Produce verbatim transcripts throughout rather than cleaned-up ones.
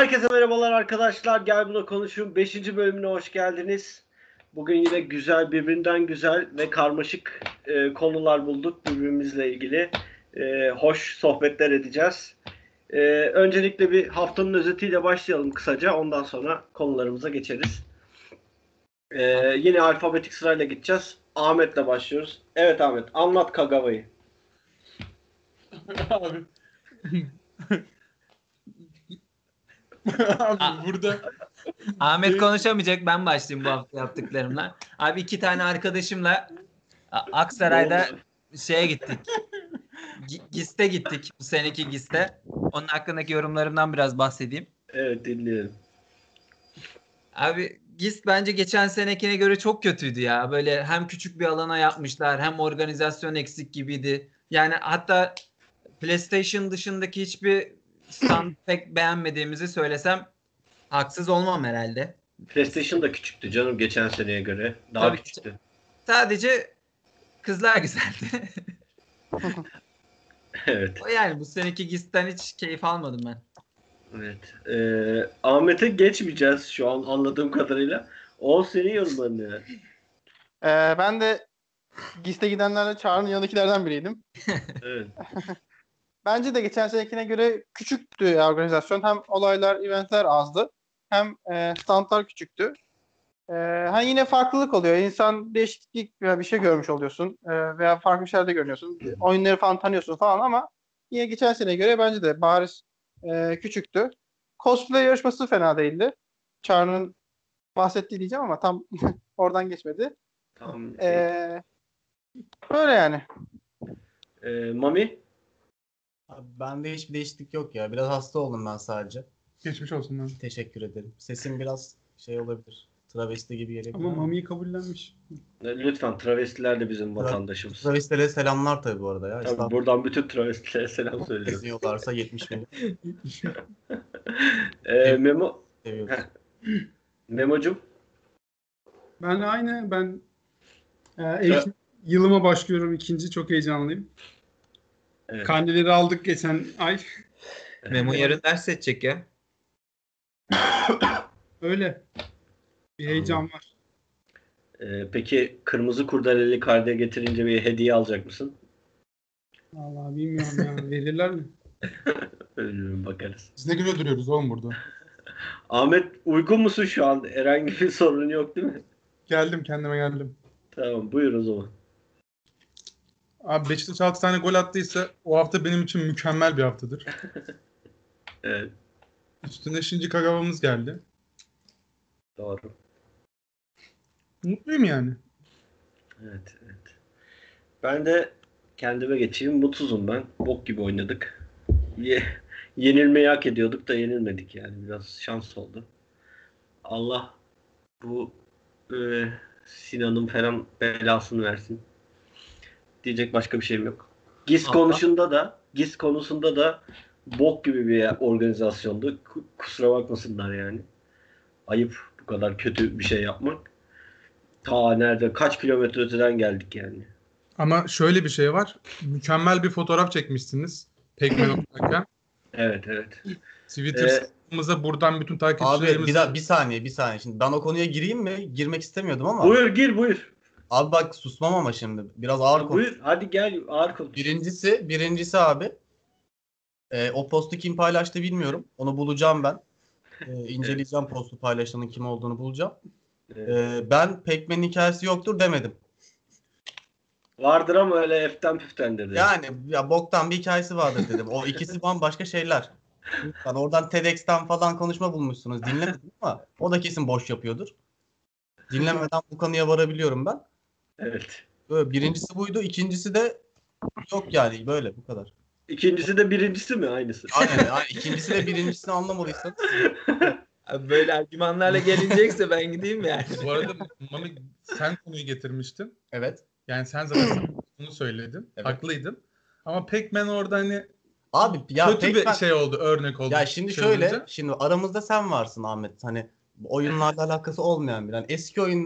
Herkese merhabalar arkadaşlar. Gel Buna Konuşun beşinci bölümüne hoş geldiniz. Bugün yine güzel, birbirinden güzel ve karmaşık e, konular bulduk birbirimizle ilgili. E, hoş sohbetler edeceğiz. E, öncelikle bir haftanın özetiyle başlayalım kısaca. Ondan sonra konularımıza geçeriz. E, yine alfabetik sırayla gideceğiz. Ahmet'le başlıyoruz. Evet Ahmet, anlat Kagawa'yı. Abi. Abi burada Ahmet konuşamayacak, ben başlayayım bu hafta yaptıklarımla. Abi iki tane arkadaşımla A- Aksaray'da şeye gittik. G- GİS'te gittik, bu seneki GİS'te. Onun hakkındaki yorumlarımdan biraz bahsedeyim. Evet, dinleyelim. Abi GİS bence geçen senekine göre çok kötüydü ya. Böyle hem küçük bir alana yapmışlar, hem organizasyon eksik gibiydi. Yani hatta PlayStation dışındaki hiçbir stand pek beğenmediğimizi söylesem haksız olmam herhalde. PlayStation da küçüktü canım geçen seneye göre. Daha Tabii, küçüktü. sadece kızlar güzeldi. Evet. O yani bu seneki GİS'ten hiç keyif almadım ben. Evet. Ee, Ahmet'e geçmeyeceğiz şu an anladığım kadarıyla. O senin yorumların ne? Ee, ben de GİS'te gidenlerle Çağrı'nın yanındakilerden biriydim. Evet. Bence de geçen senekine göre küçüktü organizasyon. Hem olaylar, eventler azdı. Hem e, standlar küçüktü. E, hani yine farklılık oluyor. İnsan değişiklik veya bir şey görmüş oluyorsun. E, veya farklı şeylerde görünüyorsun. Oyunları falan tanıyorsun falan ama yine geçen seneye göre bence de bariz e, küçüktü. Cosplay yarışması fena değildi. Çağrı'nın bahsettiği diyeceğim ama tam oradan geçmedi. Tamam. Ee, böyle yani. Ee, Mami? Abi bende hiçbir değişiklik yok ya. Biraz hasta oldum ben sadece. geçmiş olsun lan. Teşekkür ederim. Sesim biraz şey olabilir. Travesti gibi gelebilir Ama ama. Mami'yi kabullenmiş. Lütfen travestiler de bizim vatandaşımız. Travestilere selamlar tabii bu arada ya. Tabii buradan bütün travestilere selam söylüyorum. İzliyorlarsa yetmiş milyon. ee, Memo? Seviyoruz. Memo'cum? Ben aynı. Ben e, ilk yılıma başlıyorum, ikinci. Çok heyecanlıyım. Evet. Karneleri aldık geçen ay. Memo yarın ders edecek ya. Öyle. Bir heyecan var. Ee, peki kırmızı kurdeleli kardiye getirince bir hediye alacak mısın? Vallahi bilmiyorum ya. Verirler mi? Ölüyorum, bakarız. Biz ne güne duruyoruz oğlum burada. Ahmet, uygun musun şu an? Herhangi bir sorun yok değil mi? Geldim, kendime geldim. Tamam, buyur o zaman. Abi Beşiktaş altı tane gol attıysa o hafta benim için mükemmel bir haftadır. Evet, Üstüne Shinji Kagawa'mız geldi. doğru. Mutluyum yani. Evet, evet. Ben de kendime geçeyim. Mutsuzum ben. Bok gibi oynadık. Ye yenilmeyi hak ediyorduk da yenilmedik yani. Biraz şans oldu. Allah bu e, Sinan'ın falan belasını versin. Diyecek başka bir şeyim yok. GİS Allah. konusunda da GİS konusunda da bok gibi bir organizasyondu. K- kusura bakmasınlar yani. Ayıp bu kadar kötü bir şey yapmak. Ta nerede kaç kilometre öteden geldik yani. Ama şöyle bir şey var. Mükemmel bir fotoğraf çekmişsiniz. Pac-Man oynarken. Evet, evet. Twitter Ee, sayfamıza buradan bütün Abi takipçilerimize... bir, da, bir saniye bir saniye. Şimdi ben o konuya gireyim mi? Girmek istemiyordum ama. Buyur, gir buyur. Abi bak susmam ama şimdi. Biraz ağır konuş. Buyur hadi gel, ağır konuş. Birincisi, birincisi abi. E, o postu kim paylaştı bilmiyorum. Onu bulacağım ben. E, inceleyeceğim postu paylaşanın kim olduğunu bulacağım. Evet. E, ben Pac-Man'in hikayesi yoktur demedim. Vardır ama öyle eften püften dedi. Yani ya boktan bir hikayesi vardır dedim. O ikisi bambaşka şeyler. Yani oradan TEDx'ten falan konuşma bulmuşsunuz. Dinlemedim ama o da kesin boş yapıyordur. Dinlemeden bu konuya varabiliyorum ben. Evet. Böyle birincisi buydu. İkincisi de yok yani böyle bu kadar. İkincisi de birincisi mi? Aynısı. Aynen, aynen. İkincisi de birincisini anlamadıysanız. Abi böyle argümanlarla gelinecekse ben gideyim yani. Bu arada Mami sen konuyu getirmiştin. Evet. Yani sen zaten bunu söyledin. Evet. Haklıydın. Ama Pac-Man orada hani Abi ya kötü Pac-Man... bir şey oldu, örnek oldu. Ya şimdi şey şöyle, şimdi aramızda sen varsın Ahmet. Hani oyunlarla alakası olmayan bir. Yani eski oyun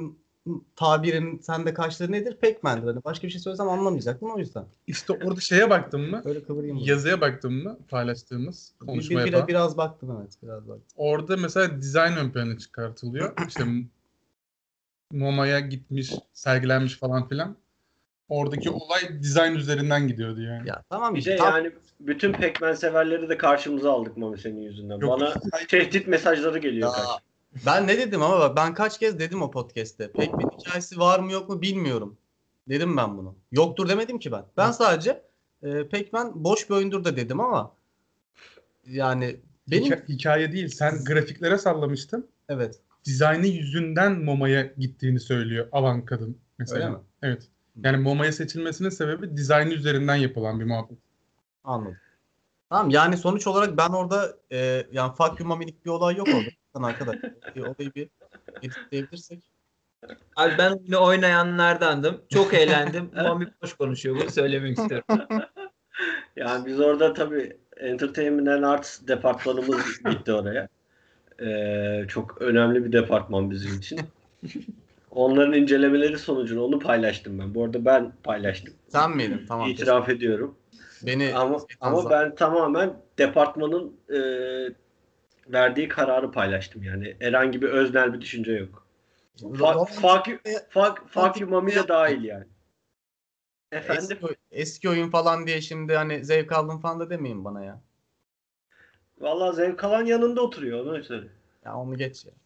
tabirin sende karşılığı nedir? Pac-Man'dir. Hani başka bir şey söylesem anlamayacaktım o yüzden. İşte orada şeye baktın mı? Böyle kıvırayım. bunu. Yazıya baktın mı? Paylaştığımız Bir, konuşmaya bir, falan. biraz baktım evet. Biraz baktım. Orada mesela dizayn ön plana çıkartılıyor. İşte MoMA'ya gitmiş, sergilenmiş falan filan. Oradaki olay dizayn üzerinden gidiyordu yani. Ya tamam Bir işte. de tam- yani bütün Pac-Man severleri de karşımıza aldık Mami senin yüzünden. Yok. Bana tehdit mesajları geliyor Ya, kaç. ben ne dedim ama bak ben kaç kez dedim o podcast'te. Pac-Man hikayesi var mı yok mu bilmiyorum. Dedim ben bunu. Yoktur demedim ki ben. Ben sadece e, Pac-Man boş bir oyundur da dedim ama yani benim Hika- hikaye değil. Sen grafiklere sallamıştın. evet. Dizaynı yüzünden MoMA'ya gittiğini söylüyor Alan kadın mesela. Öyle mi? Evet. Yani MoMA'ya seçilmesinin sebebi dizaynı üzerinden yapılan bir muhabbet. Anladım. Tamam yani sonuç olarak ben orada e, yani fuck you mamilik bir olay yok orada. Sana arkadaş. E, olayı bir editleyebilirsek. Abi ben oyunu oynayanlardandım. Çok eğlendim. Mami boş konuşuyor. Bunu söylemek istiyorum. Yani biz orada tabii Entertainment and Arts departmanımız gitti oraya. Ee, çok önemli bir departman bizim için. Onların incelemeleri sonucunda onu paylaştım ben. Bu arada ben paylaştım. Sen miydin? Tamam. İtiraf ediyorum. Beni Ama ama ben tamamen departmanın e, verdiği kararı paylaştım yani. Herhangi bir öznel bir düşünce yok. Fuck, fuck, you- fuck, fuck you Mami de dahil yani. Efendim? Eski, eski oyun falan diye şimdi hani zevk aldım falan da demeyin bana ya. Vallahi zevk alan yanında oturuyor onu söyle. Ya onu geç ya.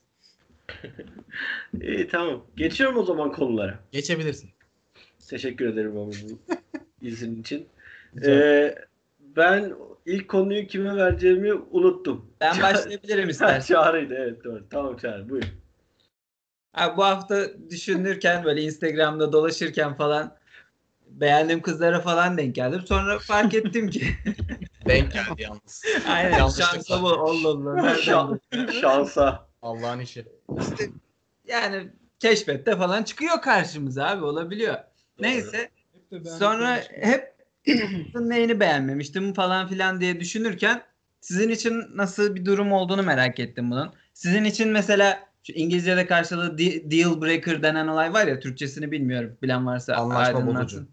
İyi tamam. Geçiyorum o zaman konulara. Geçebilirsin. Teşekkür ederim Mami bu izin için. Rica Ee, ben ilk konuyu kime vereceğimi unuttum. Ben Ça- başlayabilirim Ha, istersen. Çağrı'ydı evet doğru. Tamam Çağrı buyur. Abi bu hafta düşünürken böyle Instagram'da dolaşırken falan beğendiğim kızlara falan denk geldim. Sonra fark ettim ki Denk geldi yalnız. aynen Yanlışlıkla. şansa bu. Allah Allah. Nereden Şan- şansa. Allah'ın işi. İşte yani keşfette falan çıkıyor karşımıza abi olabiliyor. Neyse Hep de ben sonra konuştum. hep neyini beğenmemiştim falan filan diye düşünürken sizin için nasıl bir durum olduğunu merak ettim bunun. Sizin için mesela şu İngilizce'de karşılığı de- deal breaker denen olay var ya Türkçesini bilmiyorum. Bilen varsa Anlaşma aydınlatsın.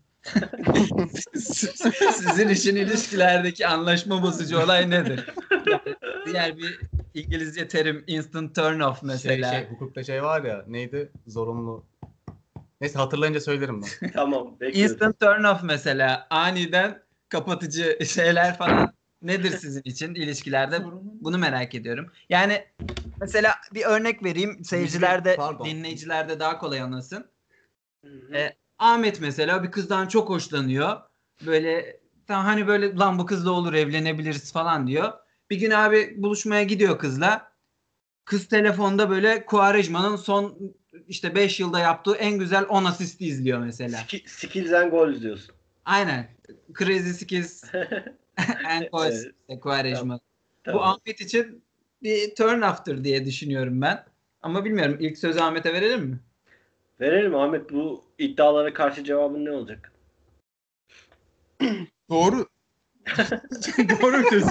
Sizin için ilişkilerdeki anlaşma bozucu olay nedir? Yani diğer bir İngilizce terim instant turn off mesela. Şey, şey, hukukta şey var ya neydi? Zorunlu. Neyse hatırlayınca söylerim ben. Tamam bekliyorum. Instant turn off mesela aniden kapatıcı şeyler falan nedir sizin için ilişkilerde? Bunu merak ediyorum. Yani mesela bir örnek vereyim. Seyirciler de Pardon. dinleyiciler de daha kolay anlasın. Hı hı. E, Ahmet mesela bir kızdan çok hoşlanıyor. Böyle tam hani böyle lan bu kızla olur evlenebiliriz falan diyor. Bir gün abi buluşmaya gidiyor kızla. Kız telefonda böyle Quaresma'nın son işte beş yılda yaptığı en güzel on asisti izliyor mesela. Ski- Skills and goals diyorsun. Aynen. Crazy Skills and Goals Evet, işte Quaresma. Bu tamam. Ahmet için bir turn off'tır diye düşünüyorum ben. Ama bilmiyorum ilk sözü Ahmet'e verelim mi? Verelim Ahmet bu iddialara karşı cevabın ne olacak? Doğru. Doğru diyorsun.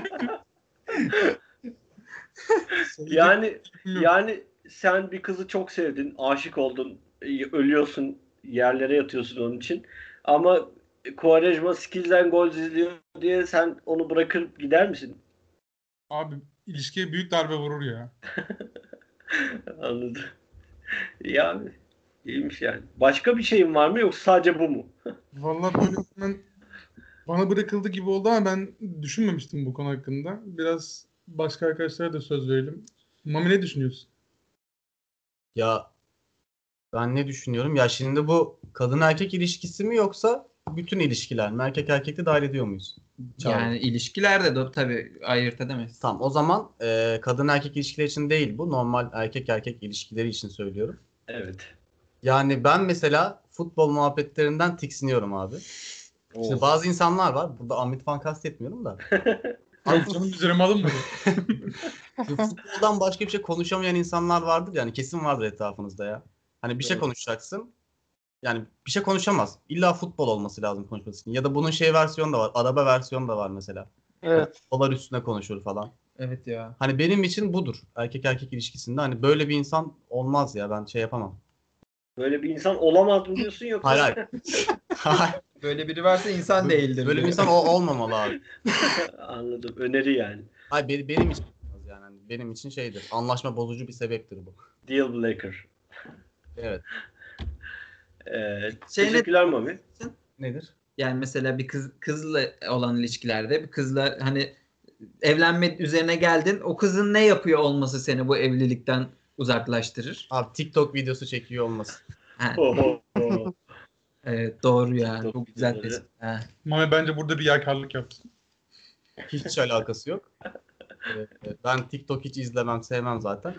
Yani Yok. yani sen bir kızı çok sevdin, aşık oldun, ölüyorsun, yerlere yatıyorsun onun için. Ama Quaresma Skills and Goals izliyor diye sen onu bırakır gider misin? Abi ilişkiye büyük darbe vurur ya. Anladım. Yani iyiymiş yani. Başka bir şeyin var mı yoksa sadece bu mu? Vallahi böyle hemen bana bırakıldı gibi oldu ama ben düşünmemiştim bu konu hakkında. Biraz başka arkadaşlara da söz verelim. Mami ne düşünüyorsun? Ya ben ne düşünüyorum? Ya şimdi bu kadın erkek ilişkisi mi yoksa bütün ilişkiler mi? Erkek erkek de dahil ediyor muyuz? Çağrı. Yani ilişkilerde de tabii ayırt edemeyiz. Tamam o zaman e, kadın erkek ilişkileri için değil bu. Normal erkek erkek ilişkileri için söylüyorum. Evet. Yani ben mesela futbol muhabbetlerinden tiksiniyorum abi. Şimdi Oo. bazı insanlar var. Burada Ahmet falan kastetmiyorum da. Abi canım üzerime alınmadı. Şimdi futboldan başka bir şey konuşamayan insanlar vardır yani kesin vardır etrafınızda ya. Hani bir şey Evet. konuşacaksın. Yani bir şey konuşamaz. İlla futbol olması lazım konuşması için. Ya da bunun şey versiyonu da var. Araba versiyonu da var mesela. Evet. Dolar üstüne konuşur falan. Evet ya. Hani benim için budur. Erkek erkek ilişkisinde hani böyle bir insan olmaz ya. Ben şey yapamam. Böyle bir insan olamaz mı diyorsun yoksa? Hayır hayır. Hayır. Böyle biri varsa insan değildir. Böyle bir diyor. insan o olmamalı abi. Anladım. Öneri yani. Hayır benim, benim için olmaz yani. Hani benim için şeydir. Anlaşma bozucu bir sebeptir bu. Deal breaker. Evet. Ee, Şey ne- teşekkürler Mami. Nedir? Yani mesela bir kız kızla olan ilişkilerde bir kızla hani evlenme üzerine geldin. O kızın ne yapıyor olması seni bu evlilikten uzaklaştırır? Abi TikTok videosu çekiyor olması. Ha, Oho. evet, doğru ya. TikTok Çok güzel videoları. tespit. Ha. Mami bence burada riyakarlık yapsın. Hiç alakası yok. Ee, Ben TikTok hiç izlemem, sevmem zaten.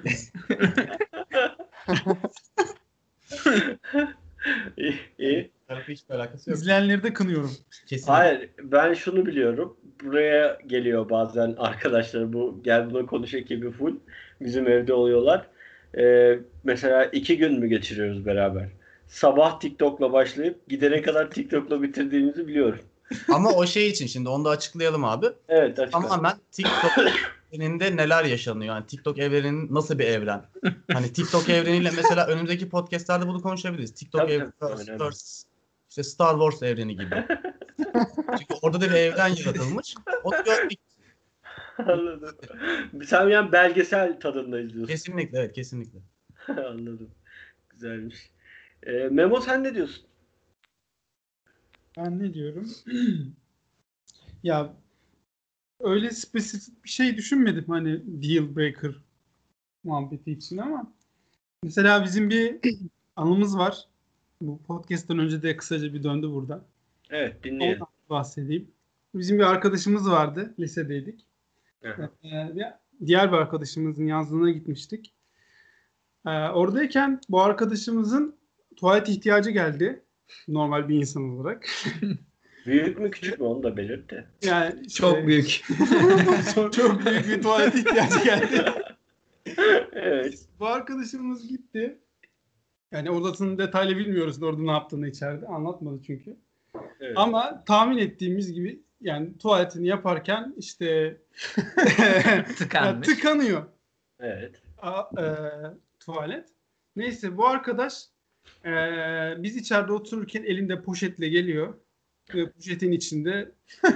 İyi, iyi. Tarafı hiçbir alakası yok. İzleyenleri de kınıyorum. Kesinlikle. Hayır, ben şunu biliyorum. Buraya geliyor bazen arkadaşlar, bu Gel Buna Konuş ekibi full. Bizim evde oluyorlar. Ee, mesela iki gün mü geçiriyoruz beraber? Sabah TikTok'la başlayıp gidene kadar TikTok'la bitirdiğimizi biliyorum. Ama o şey için şimdi onu da açıklayalım abi. Evet, açıkçası. Tamamen TikTok evreninde neler yaşanıyor? Yani TikTok evrenin nasıl bir evren? Hani TikTok evreniyle mesela önümüzdeki podcastlerde bunu konuşabiliriz. TikTok Tabii, evreni tabii, versus- önemli. versus işte Star Wars evreni gibi. Çünkü orada da bir evren yaratılmış. Onu gördük. Anladım. Sen yani belgesel tadında izliyorsun. Kesinlikle evet kesinlikle. Anladım. Güzelmiş. Ee, Memo sen ne diyorsun? Ben ne diyorum? Ya öyle spesifik bir şey düşünmedim hani deal breaker muhabbeti için ama mesela bizim bir anımız var. Bu podcast'tan önce de kısaca bir döndü burada. Evet, dinleyelim. Ondan bahsedeyim. Bizim bir arkadaşımız vardı. Lisedeydik. Aha. Ee, diğer bir arkadaşımızın yazlığına gitmiştik. Ee, oradayken bu arkadaşımızın tuvalet ihtiyacı geldi. Normal bir insan olarak. Büyük mü küçük mü onu da belirt de. Yani işte- Çok büyük. çok büyük bir tuvalet ihtiyacı geldi. Evet. Bu arkadaşımız gitti. Yani odasının detaylı bilmiyoruz orada ne yaptığını içeride. Anlatmadı çünkü. Evet. Ama tahmin ettiğimiz gibi yani tuvaletini yaparken işte Tıkanmış. tıkanıyor. Evet. A, e, tuvalet. Neyse bu arkadaş e, biz içeride otururken elinde poşetle geliyor. Ve poşetin içinde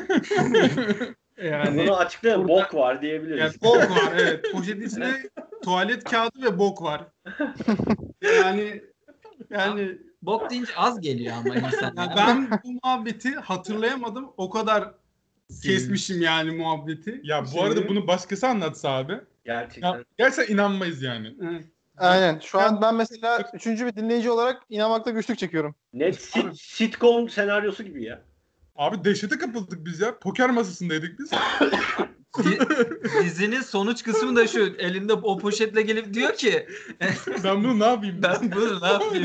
yani Bunu açıklayalım. burada- Bok var diyebiliriz. yani bok var, evet. Poşetin içinde tuvalet kağıdı ve bok var. Yani yani Bok deyince az geliyor ama insan. ya ben bu muhabbeti hatırlayamadım. O kadar kesmişim yani muhabbeti. Ya bu Şeyi- arada bunu başkası anlatsa abi. Gerçekten. Ya, gerçekten inanmayız yani. Evet. Aynen. Şu an ben mesela üçüncü bir dinleyici olarak inanmakta güçlük çekiyorum. Net sit- sitcom senaryosu gibi ya. Abi dehşete kapıldık biz ya. Poker masasındaydık biz. Di- dizinin sonuç kısmı da şu. Elinde o poşetle gelip diyor ki Ben bunu ne yapayım? ben bunu ne yapayım?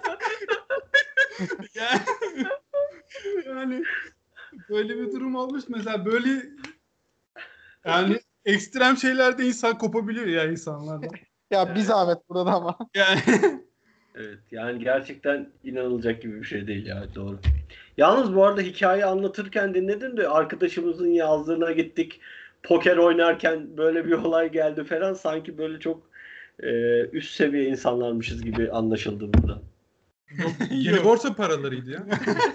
Yani, yani böyle bir durum olmuş. Mesela böyle yani ekstrem şeylerde insan kopabiliyor ya insanlardan. Ya bir zahmet burada da ama. Yani Evet. Yani gerçekten inanılacak gibi bir şey değil ya. Doğru. Yalnız bu arada hikayeyi anlatırken dinledim de arkadaşımızın yazdığına gittik. Poker oynarken böyle bir olay geldi falan. Sanki böyle çok e, üst seviye insanlarmışız gibi anlaşıldı burada. Yeni borsa paralarıydı ya.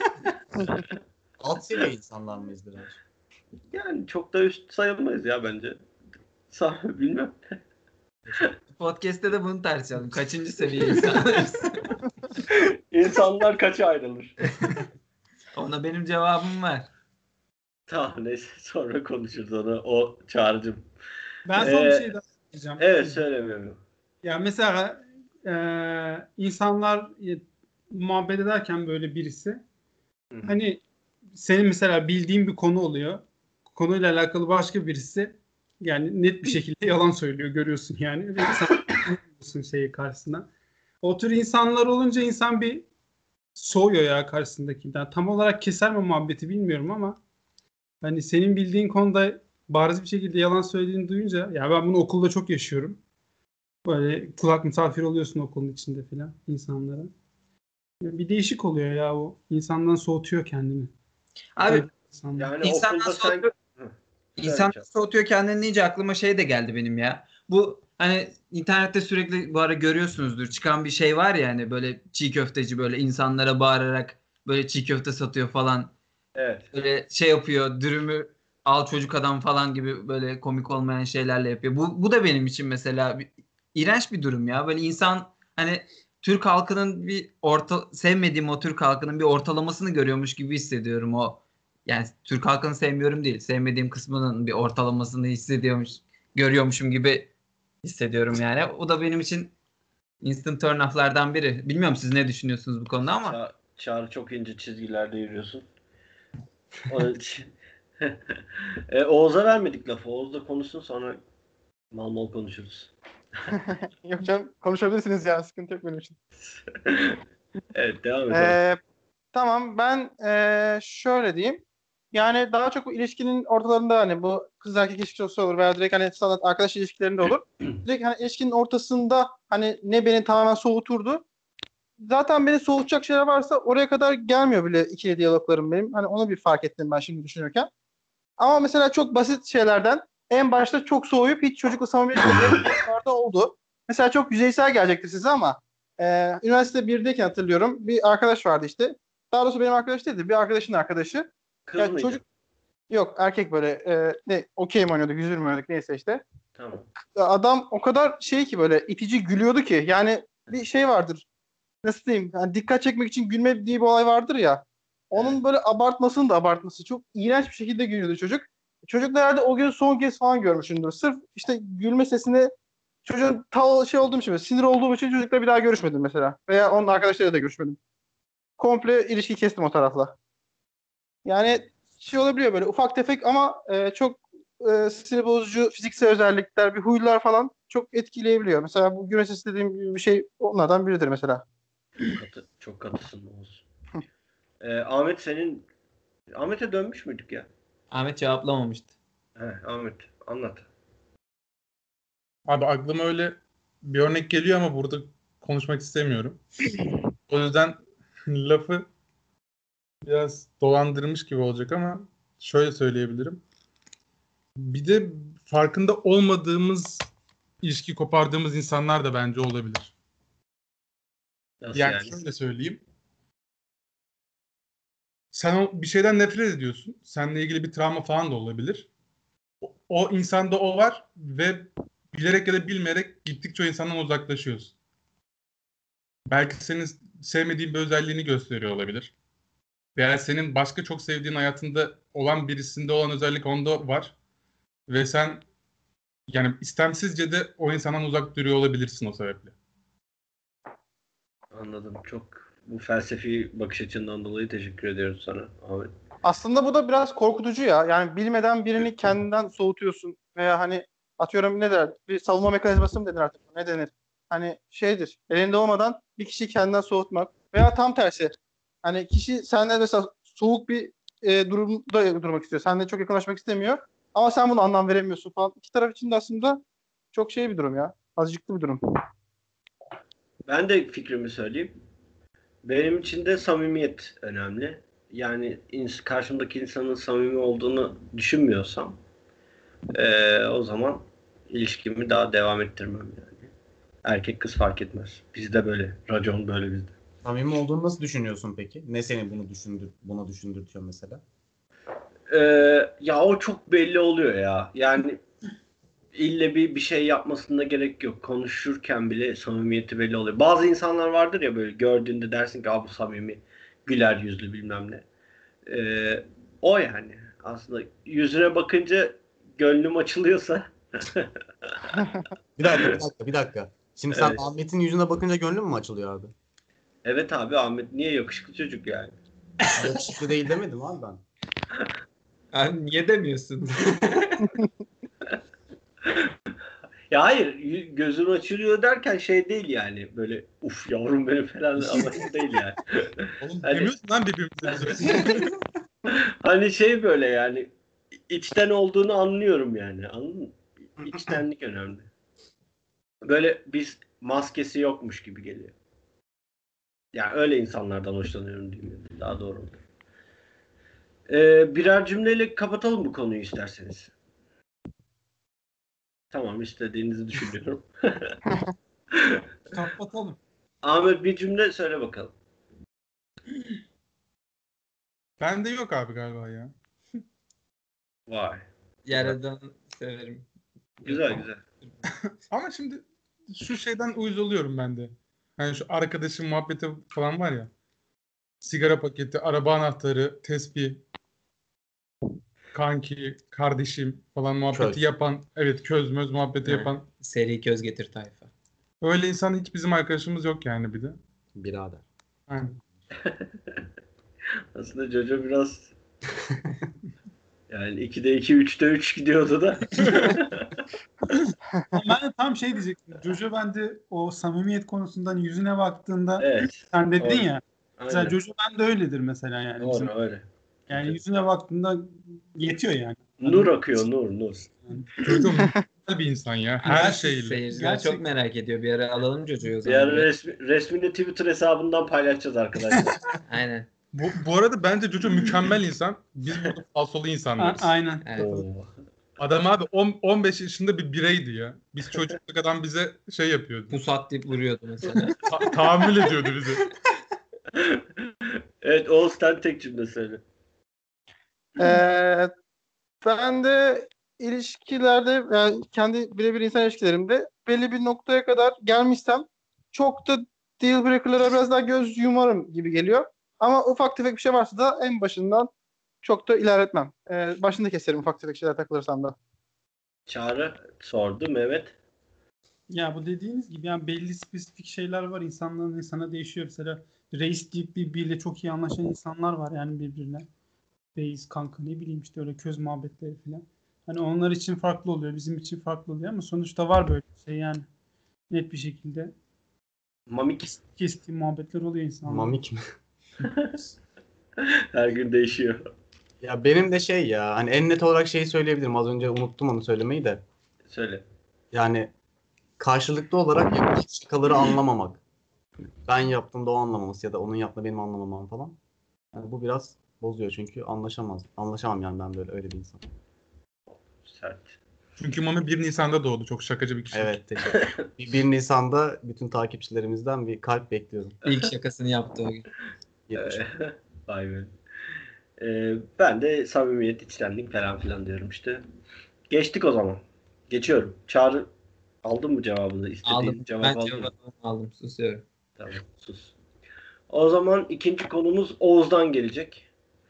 Alt seviye insanlar mıyız biraz? Yani çok da üst sayılmayız ya bence. Sağ bilmem. Podcast'te de bunu tartışalım. Kaçıncı seviye insanlarız? İnsanlar kaça ayrılır? Ona benim cevabım var. Tamam neyse sonra konuşuruz onu. O Çağrı'cım. ben son bir Ee, şey daha söyleyeceğim. Evet söylemiyorum. Ya mesela e, insanlar e, muhabbet ederken böyle birisi Hı hı. hani senin mesela bildiğin bir konu oluyor. Konuyla alakalı başka birisi yani net bir şekilde yalan söylüyor görüyorsun yani. Ve sen anlamıyorsun şeyi karşısına. O tür insanlar olunca insan bir soğuyor ya karşısındakinden. Tam olarak keser mi muhabbeti bilmiyorum ama hani senin bildiğin konuda bariz bir şekilde yalan söylediğini duyunca ya ben bunu okulda çok yaşıyorum. Böyle kulak misafir oluyorsun okulun içinde filan insanlara. Ya bir değişik oluyor ya o. İnsandan soğutuyor kendini. Abi Evet, insanlar. Yani İnsanlar okulda sen... soğutuyor, Hı, İnsan söyle soğutuyor kendini deyince aklıma şey de geldi benim ya. Bu hani internette sürekli bu ara görüyorsunuzdur. Çıkan bir şey var ya hani böyle çiğ köfteci böyle insanlara bağırarak böyle çiğ köfte satıyor falan. Evet. Böyle şey yapıyor, dürümü al çocuk adam falan gibi böyle komik olmayan şeylerle yapıyor. Bu, bu da benim için mesela bir, iğrenç bir durum ya. Böyle insan hani Türk halkının bir orta sevmediğim o Türk halkının bir ortalamasını görüyormuş gibi hissediyorum o. Yani Türk halkını sevmiyorum değil. Sevmediğim kısmının bir ortalamasını hissediyormuş, görüyormuşum gibi hissediyorum yani. O da benim için instant turn off'lardan biri. Bilmiyorum siz ne düşünüyorsunuz bu konuda ama. Ça- Çağrı çok ince çizgilerde yürüyorsun. Onun için. e, Oğuz'a vermedik lafı. Oğuz da konuşsun, sonra mal mal konuşuruz. Yok canım, konuşabilirsiniz yani, sıkıntı yok benim için. Evet, devam edelim. Ee, tamam, ben ee, şöyle diyeyim. Yani daha çok bu ilişkinin ortalarında, hani bu kız erkek ilişkisi olur veya direkt hani standart arkadaş ilişkilerinde olur. Direkt hani ilişkinin ortasında hani ne beni tamamen soğuturdu. Zaten beni soğutacak şeyler varsa oraya kadar gelmiyor bile ikili diyaloglarım benim. Hani onu bir fark ettim ben şimdi düşünürken. Ama mesela çok basit şeylerden en başta çok soğuyup hiç çocukla samimiyet kurduğum oldu. Mesela çok yüzeysel gelecektir size ama e, üniversite birdeyken hatırlıyorum. Bir arkadaş vardı işte. Daha doğrusu benim arkadaş değildi. Bir arkadaşın arkadaşı. Kız Ya mıydı? çocuk yok, erkek böyle e, ne okey mi oynuyorduk, yüzür mü oynuyorduk, neyse işte. Tamam. Adam o kadar şey ki, böyle itici gülüyordu ki. Yani bir şey vardır. Nasıl diyeyim? Yani dikkat çekmek için gülme diye bir olay vardır ya. Onun Evet. böyle abartmasının da abartması. Çok iğrenç bir şekilde gülüyordu çocuk. Çocuk da herhalde o gün son kez falan görmüşümdür. Sırf işte gülme sesini, çocuğun ta şey olduğum için, sinir olduğum için çocukla bir daha görüşmedim mesela. Veya onun arkadaşlarıyla da görüşmedim. Komple ilişkiyi kestim o tarafla. Yani şey olabiliyor böyle ufak tefek ama e, çok e, sinir bozucu fiziksel özellikler, bir huylar falan çok etkileyebiliyor. Mesela bu güneş sesi dediğim gibi bir şey onlardan biridir mesela. Çok katı, çok katısın Oğuz. Ee, Ahmet senin Ahmet'e dönmüş müydük ya? Ahmet cevaplamamıştı. He, Ahmet anlat. Abi aklıma öyle bir örnek geliyor ama burada konuşmak istemiyorum. O yüzden lafı biraz dolandırmış gibi olacak ama şöyle söyleyebilirim. Bir de farkında olmadığımız ilişki kopardığımız insanlar da bence olabilir. Nasıl Yani yani? şöyle söyleyeyim. Sen o, bir şeyden nefret ediyorsun. Seninle ilgili bir travma falan da olabilir. O, o insanda o var ve bilerek ya da bilmeyerek gittikçe o insandan uzaklaşıyorsun. Belki senin sevmediğin bir özelliğini gösteriyor olabilir. Veya senin başka çok sevdiğin hayatında olan birisinde olan özellik onda var. Ve sen yani istemsizce de o insandan uzak duruyor olabilirsin o sebeple. Anladım. Çok bu felsefi bakış açından dolayı teşekkür ediyoruz sana Ahmet. Aslında bu da biraz korkutucu ya. Yani bilmeden birini kendinden soğutuyorsun veya hani atıyorum ne der? Bir savunma mekanizması mı denir artık? Ne denir? Hani şeydir. Elinde olmadan bir kişiyi kendinden soğutmak veya tam tersi. Hani kişi senden mesela soğuk bir e, durumda durmak istiyor. Seninle çok yakınlaşmak istemiyor. Ama sen bunu anlam veremiyorsun falan. İki taraf için de aslında çok şey bir durum ya. Azıcıklı bir durum. Ben de fikrimi söyleyeyim. Benim için de samimiyet önemli. Yani ins- karşımdaki insanın samimi olduğunu düşünmüyorsam eee, o zaman ilişkimi daha devam ettirmem yani. Erkek kız fark etmez. Bizde böyle. Racon böyle bizde. Samimi olduğunu nasıl düşünüyorsun peki? Ne seni bunu düşündür, buna düşündürtüyor mesela? Eee, ya o çok belli oluyor ya. Yani ille bir bir şey yapmasına gerek yok. Konuşurken bile samimiyeti belli oluyor. Bazı insanlar vardır ya, böyle gördüğünde dersin ki bu samimi, güler yüzlü bilmem ne. Ee, o yani. Aslında yüzüne bakınca gönlüm açılıyorsa Bir dakika, bir dakika, bir dakika. Şimdi sen evet. Ahmet'in yüzüne bakınca gönlün mü açılıyor abi? Evet abi, Ahmet niye yakışıklı çocuk yani. Yakışıklı değil demedim abi ben. Yani niye demiyorsun? Ya hayır, y- gözüm açılıyor derken şey değil yani, böyle uf yavrum benim falan anlamı değil yani. Oğlum Hani, demiyorsun lan birbirimize biz. hani şey böyle yani, içten olduğunu anlıyorum yani, anladın mı? İçtenlik önemli. Böyle biz maskesi yokmuş gibi geliyor. Yani öyle insanlardan hoşlanıyorum diyeyim, daha doğru olur. Ee, birer cümleyle kapatalım bu konuyu isterseniz. Tamam, istediğinizi düşünüyorum. Kapatalım. Ahmet, bir cümle söyle bakalım. Bende yok abi galiba ya. Vay. Yaradan severim. Güzel güzel. Ama şimdi şu şeyden uyuz oluyorum ben de. Hani şu arkadaşın muhabbeti falan var ya. Sigara paketi, araba anahtarı, tespih, kanki, kardeşim falan muhabbeti Köz. yapan. Evet, köz möz muhabbeti Ha, yapan. Seri köz getir tayfa. Öyle insan hiç bizim arkadaşımız yok yani bir de. Birader. Aynen. Aslında Jojo biraz yani ikide iki, üçte üç gidiyordu da. Ben de tam şey diyecektim. Jojo bende o samimiyet konusundan yüzüne baktığında Evet. sen dedin Doğru. ya. Mesela Aynen. Jojo bende öyledir mesela yani. Bizim, Doğru öyle. yani yüzüne baktığında yetiyor yani. Nur akıyor, nur nur. Çocuğum mükemmel bir insan ya. Her Gerçek- şeyle. Seyirciler Gerçekten. çok merak ediyor. Bir ara alalım çocuğu o Bir zaman. ara resmi, resmini Twitter hesabından paylaşacağız arkadaşlar. Aynen. Bu, bu arada bence Jojo mükemmel insan. Biz burada falsolu A- insanlarız. aynen. Evet. Oo. Adam abi on, on beş yaşında bir bireydi ya. Biz çocukluk adam bize şey yapıyordu. Pusat deyip vuruyordu mesela. Ta- tahammül ediyordu bize. Evet, Oğuz, sen tek cümle söyle. Ee, ben de ilişkilerde yani kendi birebir insan ilişkilerimde belli bir noktaya kadar gelmişsem çok da deal breaker'lara biraz daha göz yumarım gibi geliyor. Ama ufak tefek bir şey varsa da en başından çok da ilerletmem. Ee, başında keserim ufak tefek şeyler takılırsam da. Çağrı sordu, Mehmet. Ya bu dediğiniz gibi yani belli spesifik şeyler var. İnsandan insana değişiyor. Mesela reis deyip birbiriyle çok iyi anlaşan insanlar var yani birbirine. Reis, kanka ne bileyim işte öyle köz muhabbetleri falan. Hani onlar için farklı oluyor. Bizim için farklı oluyor ama sonuçta var böyle bir şey yani. Net bir şekilde Mamik kestiği muhabbetler oluyor insanlar. Mamik mi? her gün değişiyor. Ya benim de şey ya hani en net olarak şeyi söyleyebilirim. Az önce unuttum onu söylemeyi de. Söyle. Yani karşılıklı olarak yapılan şakaları anlamamak. Ben yaptığımda o anlamaması ya da onun yaptığında benim anlamamam falan. Yani bu biraz bozuyor çünkü anlaşamaz. Anlaşamam yani ben böyle öyle bir insan. Sert. Çünkü Mami bir Nisan'da doğdu. Çok şakacı bir kişi. Evet. teşekkür. Bir bir Nisan'da bütün takipçilerimizden bir kalp bekliyorum. İlk şakasını yaptı o gün. yetmiş. Ee, Vay be. Ee, ben de samimiyet, içtenlik falan filan diyorum işte. Geçtik o zaman. Geçiyorum. Çağrı, aldın mı cevabını? İstediğin Aldım. cevap Ben aldın mı? cevabımı aldım. Susuyorum. Tamam, sus. O zaman ikinci konumuz Oğuz'dan gelecek.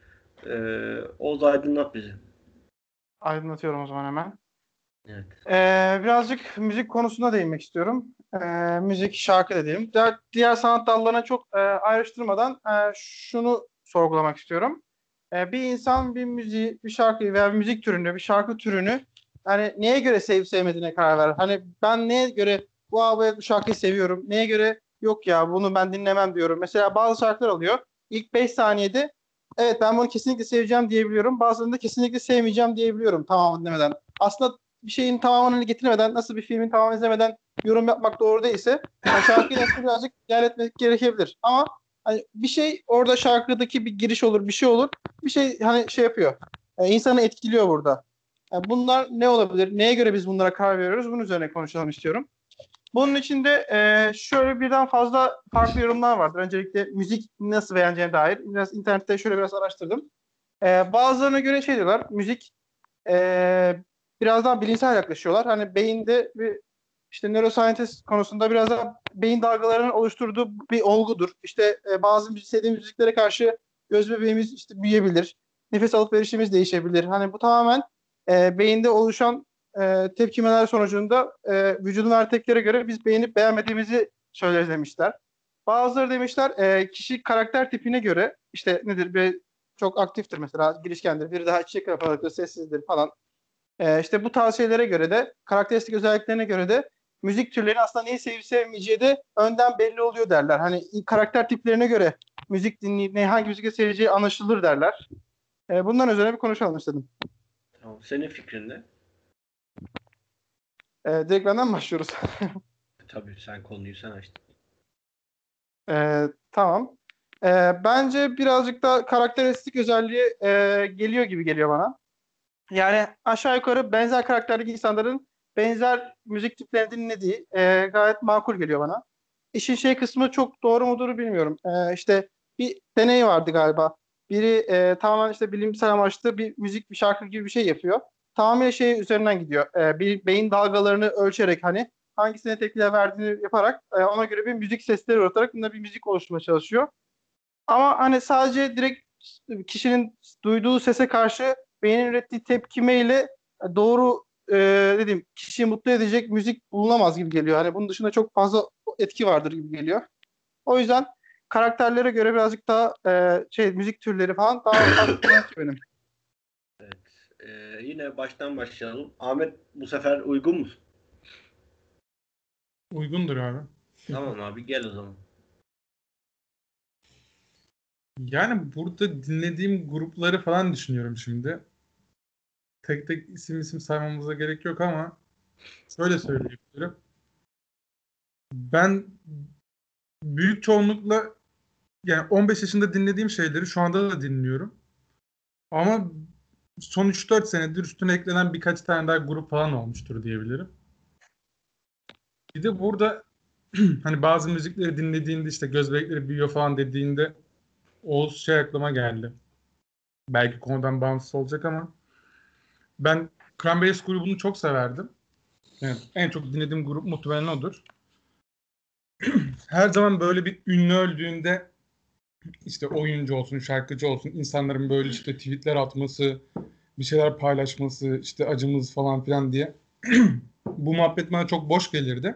Ee, Oğuz, aydınlat bizi. Aydınlatıyorum o zaman hemen. Evet. Ee, birazcık müzik konusuna değinmek istiyorum. Ee, müzik, şarkı dediğim. Diğer, diğer sanat dallarına çok e, ayrıştırmadan e, şunu sorgulamak istiyorum. E, bir insan bir müziği, bir şarkıyı veya bir müzik türünü, bir şarkı türünü hani neye göre sevip sevmediğine karar verir. Hani ben neye göre bu abi bu şarkıyı seviyorum, neye göre yok ya bunu ben dinlemem diyorum. Mesela bazı şarkılar oluyor. İlk beş saniyede evet ben bunu kesinlikle seveceğim diyebiliyorum. Bazılarında kesinlikle sevmeyeceğim diyebiliyorum tamamını dinlemeden. Aslında bir şeyin tamamını getirmeden, nasıl bir filmin tamamını izlemeden yorum yapmak doğru değilse yani şarkıyı aslında birazcık ilerletmek gerekebilir. Ama hani bir şey orada şarkıdaki bir giriş olur, bir şey olur. Bir şey hani şey yapıyor. E, insanı etkiliyor burada. Yani bunlar ne olabilir? Neye göre biz bunlara karar veriyoruz? Bunun üzerine konuşalım istiyorum. Bunun içinde e, şöyle birden fazla farklı yorumlar vardır. Öncelikle müzik nasıl beğeneceğine dair. Biraz internette şöyle biraz araştırdım. E, bazılarına göre şey diyorlar. Müzik e, biraz daha bilimsel yaklaşıyorlar. Hani beyinde bir işte neuroscientist konusunda biraz daha beyin dalgalarının oluşturduğu bir olgudur. İşte e, bazı sevdiğimiz müziklere karşı göz bebeğimiz işte büyüyebilir. Nefes alıp verişimiz değişebilir. Hani bu tamamen e, beyinde oluşan e, tepkimeler sonucunda e, vücudun hareketlere göre biz beğenip beğenmediğimizi söyleriz demişler. Bazıları demişler e, kişi karakter tipine göre işte nedir bir çok aktiftir mesela girişkendir, biri daha çiçek kafalıdır, sessizdir falan. E, işte bu tarz şeylere göre de karakteristik özelliklerine göre de müzik türleri aslında neyi sevip sevmeyeceği de önden belli oluyor derler. Hani karakter tiplerine göre müzik dinleyip ne hangi müzik seveceği anlaşılır derler. E, bundan üzerine bir konuşalım istedim. Tamam. Senin fikrin ne? E, direkt benden mi başlıyoruz? Tabii, sen konuyu sen açtın. E, tamam. E, bence birazcık da karakteristik özelliği e, geliyor gibi geliyor bana. Yani aşağı yukarı benzer karakterdeki insanların benzer müzik tiplerini dinlediği e, gayet makul geliyor bana. İşin şey kısmı çok doğru mudur bilmiyorum. E, işte bir deney vardı galiba. Biri e, tamamen işte bilimsel amaçlı bir müzik, bir şarkı gibi bir şey yapıyor. Tamamıyla şey üzerinden gidiyor. E, bir beyin dalgalarını ölçerek hani hangisine tepkiler verdiğini yaparak e, ona göre bir müzik sesleri üretilerek bunda bir müzik oluşturmaya çalışıyor. Ama hani sadece direkt kişinin duyduğu sese karşı beynin ürettiği tepkimeyle doğru e, dediğim kişiyi mutlu edecek müzik bulunamaz gibi geliyor. Hani bunun dışında çok fazla etki vardır gibi geliyor. O yüzden karakterlere göre birazcık daha e, şey müzik türleri falan daha fazla benim. Evet. Ee, yine baştan başlayalım. Ahmet, bu sefer uygun musun? Uygundur abi. Tamam abi, gel o zaman. Yani burada dinlediğim grupları falan düşünüyorum şimdi. Tek tek isim isim saymamıza gerek yok ama şöyle söyleyebilirim. Ben büyük çoğunlukla yani on beş yaşında dinlediğim şeyleri şu anda da dinliyorum. Ama son üç dört senedir üstüne eklenen birkaç tane daha grup falan olmuştur diyebilirim. Bir de burada hani bazı müzikleri dinlediğinde işte göz bebekleri büyüyor falan dediğinde o şey aklıma geldi. Belki konudan bağımsız olacak ama ben Cranberries grubunu çok severdim. Yani en çok dinlediğim grup muhtemelen odur. Her zaman böyle bir ünlü öldüğünde işte oyuncu olsun, şarkıcı olsun insanların böyle işte tweetler atması, bir şeyler paylaşması, işte acımız falan filan diye bu muhabbet bana çok boş gelirdi.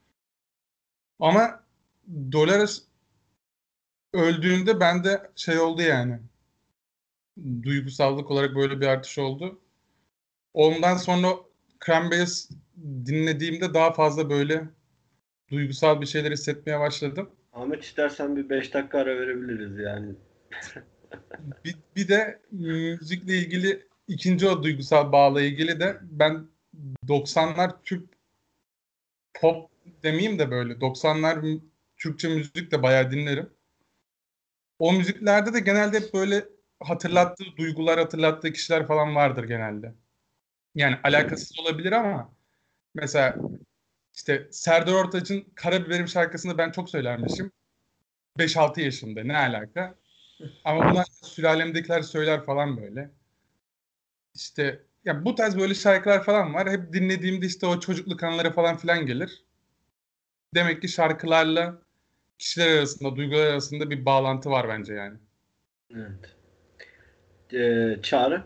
Ama Dolores öldüğünde bende şey oldu yani. Duygusallık olarak böyle bir artış oldu. Ondan sonra Cranberries dinlediğimde daha fazla böyle duygusal bir şeyler hissetmeye başladım. Ahmet, istersen bir beş dakika ara verebiliriz yani. Bir, bir de müzikle ilgili ikinci o duygusal bağla ilgili de ben doksanlar Türk pop demeyeyim de böyle doksanlar mü- Türkçe müzik de bayağı dinlerim. O müziklerde de genelde hep böyle hatırlattığı duygular, hatırlattığı kişiler falan vardır genelde. Yani alakasız olabilir ama mesela işte Serdar Ortaç'ın Karabiberim şarkısını ben çok söylermişim. beş altı yaşında ne alaka? Ama buna sülalemdekiler söyler falan böyle. İşte ya bu tarz böyle şarkılar falan var. Hep dinlediğimde işte o çocukluk anıları falan filan gelir. Demek ki şarkılarla kişiler arasında, duygular arasında bir bağlantı var bence yani. Evet. Ee, Çağrı?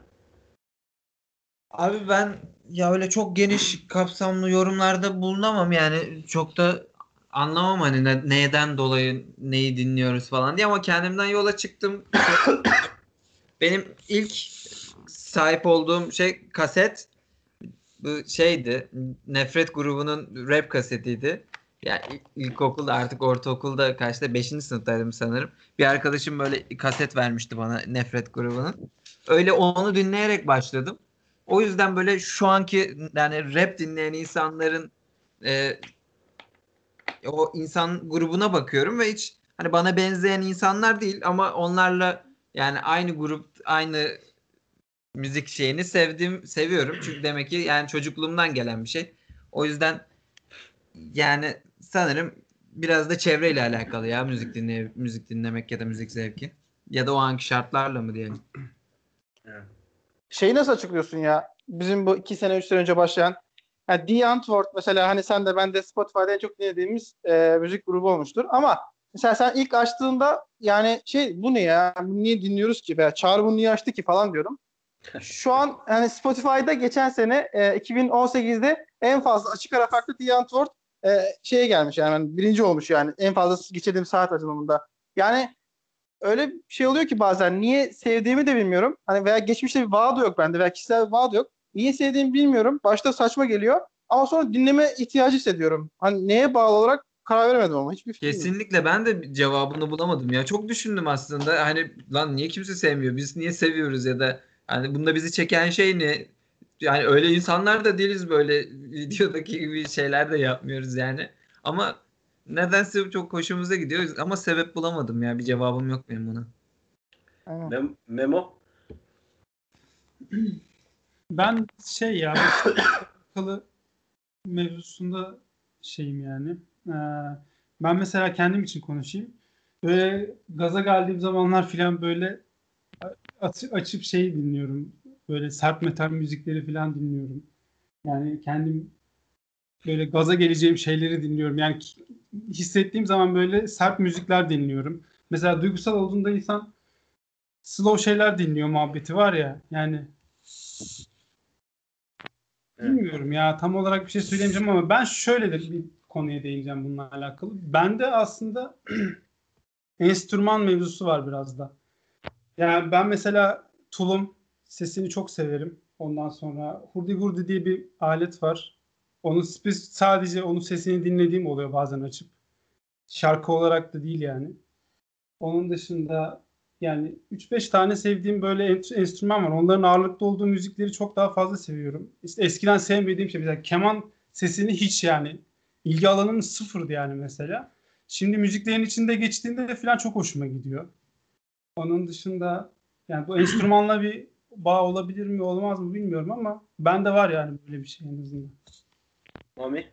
Abi ben ya öyle çok geniş kapsamlı yorumlarda bulunamam yani çok da anlamam hani ne- neyden dolayı neyi dinliyoruz falan diye ama kendimden yola çıktım. Benim ilk sahip olduğum şey kaset bu şeydi. Nefret grubunun rap kasetiydi. Ya ilk- ilkokulda artık ortaokulda kaçta beşinci sınıftaydım sanırım. Bir arkadaşım böyle kaset vermişti bana Nefret grubunun. Öyle onu dinleyerek başladım. O yüzden böyle şu anki yani rap dinleyen insanların e, o insan grubuna bakıyorum ve hiç hani bana benzeyen insanlar değil ama onlarla yani aynı grup aynı müzik şeyini sevdim seviyorum. Çünkü demek ki yani çocukluğumdan gelen bir şey. O yüzden yani sanırım biraz da çevreyle alakalı ya müzik dinley müzik dinlemek ya da müzik zevki. Ya da o anki şartlarla mı diyelim. Evet. Şeyi nasıl açıklıyorsun ya? Bizim bu iki sene, üç sene önce başlayan yani The Antwoord mesela hani sen de ben de Spotify'da en çok dinlediğimiz e, müzik grubu olmuştur. Ama mesela sen ilk açtığında yani şey bu ne ya? Bunu niye dinliyoruz ki? Veya Çağrı bunu niye açtı ki falan diyordum. Şu an hani Spotify'da geçen sene e, iki bin on sekizde en fazla açık ara farklı The Antwoord e, şeye gelmiş yani birinci olmuş yani en fazla geçirdiğim saat açılımında. Yani öyle bir şey oluyor ki bazen niye sevdiğimi de bilmiyorum. Hani veya geçmişte bir bağ da yok bende veya kişisel bir bağ da yok. Niye sevdiğimi bilmiyorum. Başta saçma geliyor ama sonra dinleme ihtiyacı hissediyorum. Hani neye bağlı olarak karar veremedim ama hiçbir fikrim yok. Kesinlikle ben de cevabını bulamadım ya. Çok düşündüm aslında. Hani lan niye kimse sevmiyor? Biz niye seviyoruz ya da hani bunda bizi çeken şey ne? Yani öyle insanlar da değiliz böyle videodaki gibi şeyler de yapmıyoruz yani. Ama nedense çok hoşumuza gidiyor ama sebep bulamadım ya. Bir cevabım yok benim buna. Aynen. Mem- Memo? Ben şey ya bu alakalı mevzusunda şeyim yani. Ee, ben mesela kendim için konuşayım. Böyle gaza geldiğim zamanlar filan böyle aç- açıp şey dinliyorum. Böyle sert metal müzikleri filan dinliyorum. Yani kendim böyle gaza geleceğim şeyleri dinliyorum. Yani ki- hissettiğim zaman böyle sert müzikler dinliyorum. Mesela duygusal olduğunda insan slow şeyler dinliyor muhabbeti var ya. Yani Evet. bilmiyorum ya tam olarak bir şey söyleyemeyeceğim ama ben şöyle de bir konuya değineceğim bununla alakalı. Bende aslında enstrüman mevzusu var biraz da. Yani ben mesela tulum sesini çok severim. Ondan sonra hurdi gurdi diye bir alet var. Onun spe- sadece onun sesini dinlediğim oluyor bazen açıp. Şarkı olarak da değil yani. Onun dışında yani üç beş tane sevdiğim böyle en- enstrüman var. Onların ağırlıkta olduğu müzikleri çok daha fazla seviyorum. İşte eskiden sevmediğim şey mesela keman sesini hiç yani ilgi alanım sıfırdı yani mesela. Şimdi müziklerin içinde geçtiğinde falan çok hoşuma gidiyor. Onun dışında yani bu enstrümanla bir bağ olabilir mi olmaz mı bilmiyorum ama bende var yani böyle bir şey en azından. Mami?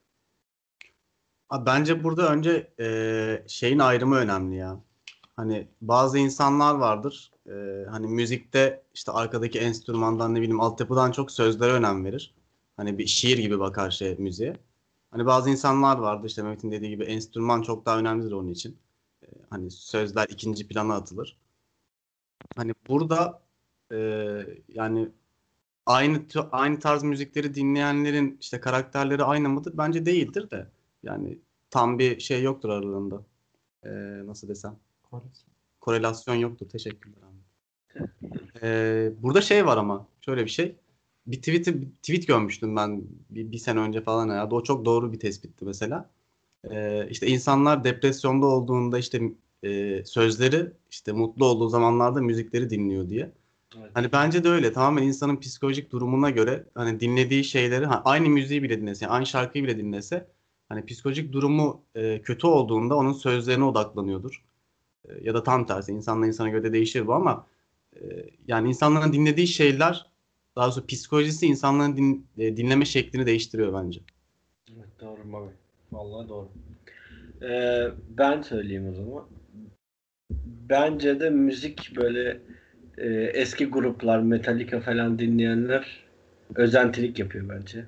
Abi bence burada önce e, şeyin ayrımı önemli ya. Hani bazı insanlar vardır. e, hani müzikte işte arkadaki enstrümandan ne bileyim altyapıdan çok sözlere önem verir. Hani bir şiir gibi bakar şey müziğe. Hani bazı insanlar vardır işte Mehmet'in dediği gibi enstrüman çok daha önemlidir onun için. E, hani sözler ikinci plana atılır. Hani burada e, yani aynı tü- aynı tarz müzikleri dinleyenlerin işte karakterleri aynı mıdır? Bence değildir de. Yani tam bir şey yoktur aralarında. Ee, nasıl desem? Korelasyon yoktur. Teşekkürler abi. Ee, burada şey var ama şöyle bir şey. Bir tweet'i bir tweet görmüştüm ben bir, bir sene önce falan herhalde. O çok doğru bir tespitti mesela. Ee, işte insanlar depresyonda olduğunda işte e, sözleri işte mutlu olduğu zamanlarda müzikleri dinliyor diye. Evet. Hani bence de öyle. Tamamen insanın psikolojik durumuna göre hani dinlediği şeyleri ha, aynı müziği bile dinlese, yani aynı şarkıyı bile dinlese hani psikolojik durumu e, kötü olduğunda onun sözlerine odaklanıyordur. E, ya da tam tersi insanla insana göre de değişir bu ama e, yani insanların dinlediği şeyler daha doğrusu psikolojisi insanların din- e, dinleme şeklini değiştiriyor bence. Evet, doğru Mami. Vallahi doğru. Ee, ben söyleyeyim o zaman. Bence de müzik böyle e, eski gruplar, Metallica falan dinleyenler özentilik yapıyor bence.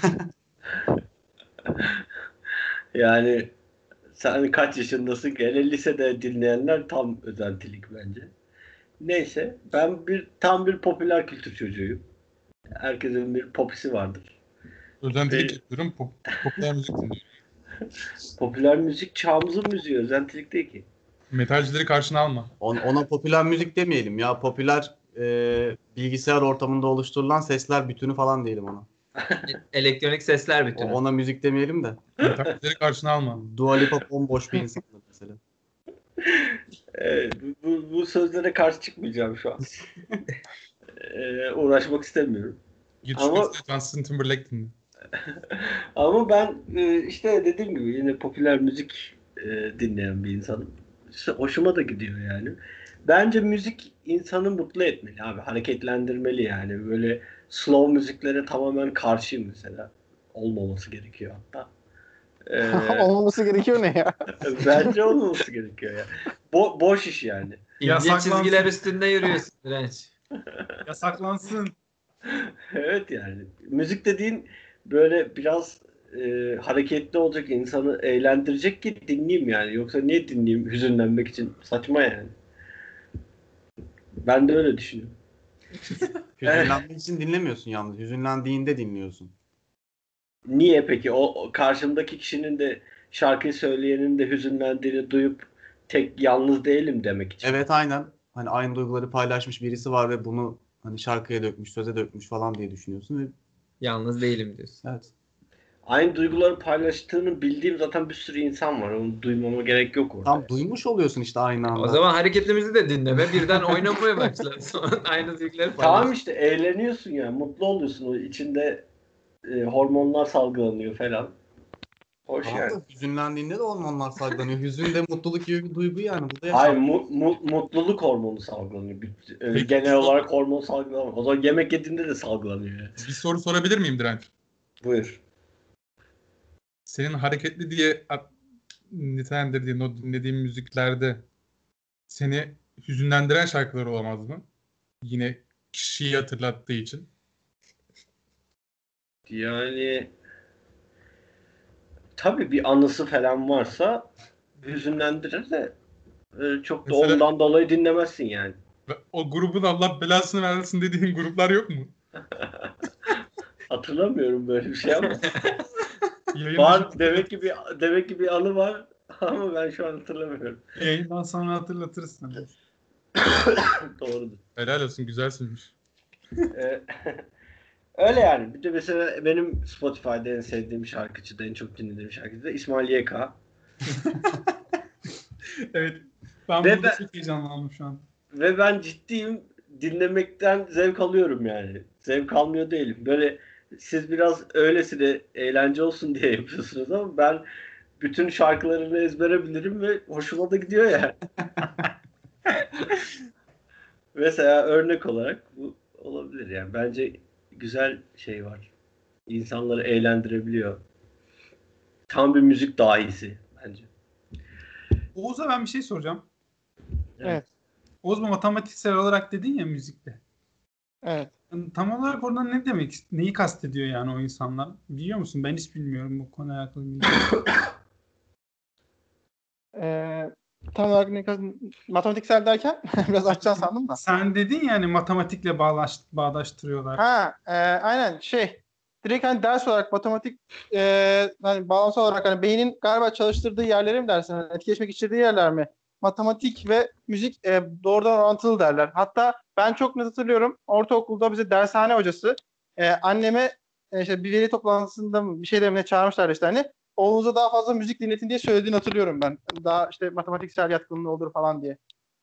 Yani sen kaç yaşındasın? Hele lisede dinleyenler tam özentilik bence. Neyse ben bir tam bir popüler kültür çocuğuyum. Herkesin bir popisi vardır. Özentilik Ve yapıyorum. Pop, popüler müzik dinliyorum. popüler müzik çağımızın müziği, özentilik değil ki. Metalcileri karşına alma. On- Ona popüler müzik demeyelim ya. Popüler e, bilgisayar ortamında oluşturulan sesler bütünü falan diyelim ona. Elektronik sesler O, bütünü. ona müzik demeyelim de. Metalcileri karşına alma. Dua Lipa bomboş bir insandır mesela. Evet, bu, bu, bu sözlere karşı çıkmayacağım şu an. Ee, uğraşmak istemiyorum. Git şu Ama mesela Justin Timberlake dinle. ama ben e, işte dediğim gibi yine popüler müzik e, dinleyen bir insanım. İşte hoşuma da gidiyor yani. Bence müzik insanı mutlu etmeli abi. Hareketlendirmeli yani. Böyle slow müziklere tamamen karşıyım mesela. Olmaması gerekiyor hatta. Ee, Olmaması gerekiyor ne ya? bence olmaması gerekiyor ya. Bo- boş iş yani. İnce Yasaklansın. çizgiler üstünde yürüyorsun Direnç. Yasaklansın. Evet yani. Müzik dediğin böyle biraz e, hareketli olacak, insanı eğlendirecek ki dinleyeyim yani. Yoksa niye dinleyeyim hüzünlenmek için? Saçma yani. Ben de öyle düşünüyorum. Hüzünlenmek için dinlemiyorsun yalnız. Hüzünlendiğinde dinliyorsun. Niye peki? O, o karşımdaki kişinin de şarkıyı söyleyenin de hüzünlendiğini duyup tek yalnız değilim demek için. Evet aynen. Hani aynı duyguları paylaşmış birisi var ve bunu hani şarkıya dökmüş, söze dökmüş falan diye düşünüyorsun ve Yalnız değilim diyorsun. evet. Aynı duyguları paylaştığını bildiğim zaten bir sürü insan var. Onu duymama gerek yok orada. Tam duymuş oluyorsun işte aynı O anda. zaman hareketli müziği de dinleme. Birden oynamaya başla. Sonra aynı zevkleri Tamam paylaş. işte eğleniyorsun ya, mutlu oluyorsun. O içinde e, hormonlar salgılanıyor falan. Hoş Tamam yani. da hüzünlendiğinde de hormonlar salgılanıyor. Hüzün de mutluluk gibi bir duygu yani. Bu da Hayır, yaşam. mu- mu- mutluluk hormonu salgılanıyor. Bir- e, Peki, genel bir soru- olarak hormon salgılanıyor. O zaman yemek yediğinde de salgılanıyor yani. Bir soru sorabilir miyim Direnç? Buyur. senin hareketli diye at- nitelendirdiğin o dinlediğin müziklerde seni hüzünlendiren şarkılar olamaz mı? Yine kişiyi hatırlattığı için. Yani tabii bir anısı falan varsa hüzünlendirir de e, çok da Mesela- ondan dolayı dinlemezsin yani. Ve o grubun Allah belasını versin dediğin gruplar yok mu? Hatırlamıyorum böyle bir şey ama. Yayın Var dışı- demek ki bir demek ki bir anı var ama ben şu an hatırlamıyorum. Yayından sonra hatırlatırız sana. Doğrudur. Helal olsun, güzelsinmiş. Ee, öyle yani. Bir de mesela benim Spotify'da en sevdiğim şarkıcı da en çok dinlediğim şarkıcı da İsmail Y K. Evet. Ben Ve burada ben- çok heyecanlandım şu an. Ve ben ciddiyim, dinlemekten zevk alıyorum yani. Zevk almıyor değilim. Böyle siz biraz öylesine eğlence olsun diye yapıyorsunuz ama ben bütün şarkılarını ezbere bilirim ve hoşuma da gidiyor ya. Mesela örnek olarak bu olabilir yani. Bence güzel şey var. İnsanları eğlendirebiliyor. Tam bir müzik dahisi bence. Oğuz'a ben bir şey soracağım. Evet. Oğuz, bu matematiksel olarak dedin ya müzikte. Evet. Yani tam olarak orada ne demek, neyi kastediyor yani o insanlar? Biliyor musun? Ben hiç bilmiyorum bu konuyla alakalı. bilgi. Ee, tam olarak ne kadar matematiksel derken biraz açacaksın sandım da. Sen dedin yani matematikle bağlaş, bağdaştırıyorlar. Ha, e, aynen şey. Direkt hani ders olarak matematik e, hani bağlamsal olarak hani beynin galiba çalıştırdığı yerleri mi dersin? Hani etkileşmek geçirdiği yerler mi? Matematik ve müzik e, doğrudan orantılı derler. Hatta ben çok net hatırlıyorum. Ortaokulda bize dershane hocası e, anneme e, işte bir veli toplantısında mı bir şeyde mi ne çağırmışlar işte hani oğlunuza daha fazla müzik dinletin diye söylediğini hatırlıyorum ben. Daha işte matematiksel yatkınlığı olur falan diye.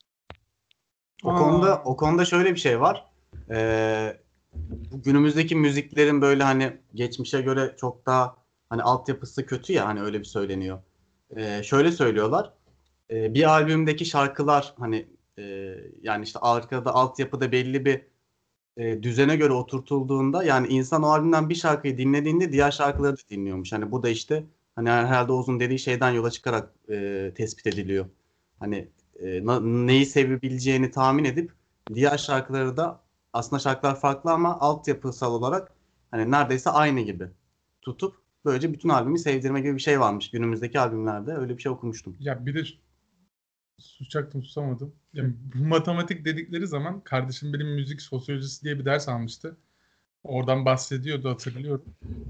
O Aa. konuda o konuda şöyle bir şey var. Ee, bu günümüzdeki müziklerin böyle hani geçmişe göre çok daha hani altyapısı kötü ya, hani öyle bir söyleniyor. Ee, şöyle söylüyorlar. Ee, bir albümdeki şarkılar hani e, yani işte arkada altyapıda belli bir e, düzene göre oturtulduğunda, yani insan o albümden bir şarkıyı dinlediğinde diğer şarkıları da dinliyormuş. Hani bu da işte hani herhalde Oğuz'un dediği şeyden yola çıkarak e, tespit ediliyor. Hani e, na- neyi sevebileceğini tahmin edip diğer şarkıları da, aslında şarkılar farklı ama altyapısal olarak hani neredeyse aynı gibi tutup böylece bütün albümü sevdirme gibi bir şey varmış. Günümüzdeki albümlerde öyle bir şey okumuştum. Ya bir de şu- susacaktım, susamadım. Ya bu matematik dedikleri zaman kardeşim benim müzik sosyolojisi diye bir ders almıştı. Oradan bahsediyordu, hatırlıyorum.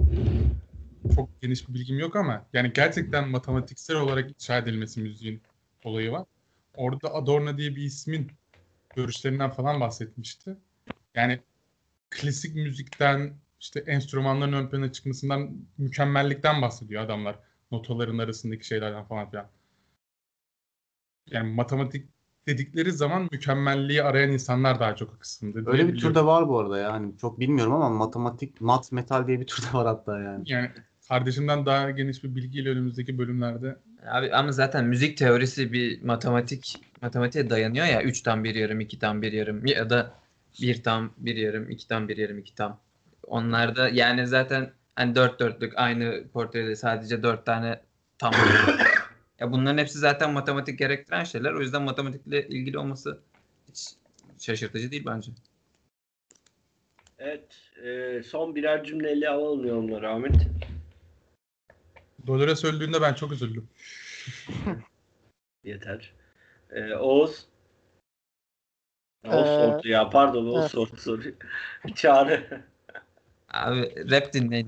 Çok geniş bir bilgim yok ama yani gerçekten matematiksel olarak inşa edilmesi müziğin olayı var. Orada Adorno diye bir ismin görüşlerinden falan bahsetmişti. Yani klasik müzikten işte enstrümanların ön plana çıkmasından, mükemmellikten bahsediyor adamlar. Notaların arasındaki şeylerden falan filan. Yani matematik dedikleri zaman mükemmelliği arayan insanlar daha çok kısımda diye Öyle bir tür biliyorum. de var bu arada ya. Hani çok bilmiyorum ama matematik, mat metal diye bir tür de var hatta yani. Yani kardeşimden daha geniş bir bilgiyle önümüzdeki bölümlerde Abi ama zaten müzik teorisi bir matematik matematiğe dayanıyor ya. Üç tam bir yarım, iki tam bir yarım ya da bir tam bir yarım, iki tam bir yarım, iki tam. Onlarda yani zaten hani dört dörtlük aynı portrede sadece dört tane tam. Ya bunların hepsi zaten matematik gerektiren şeyler. O yüzden matematikle ilgili olması hiç şaşırtıcı değil bence. Evet. e, son birer cümleyle alalım yorumları Ahmet. Dolores öldüğünde ben çok üzüldüm. Yeter. E, Oğuz. Oğuz Ee, sordu ya. Pardon Oğuz evet. sordu soruyu. Çağrı. Abi rap dinleyin.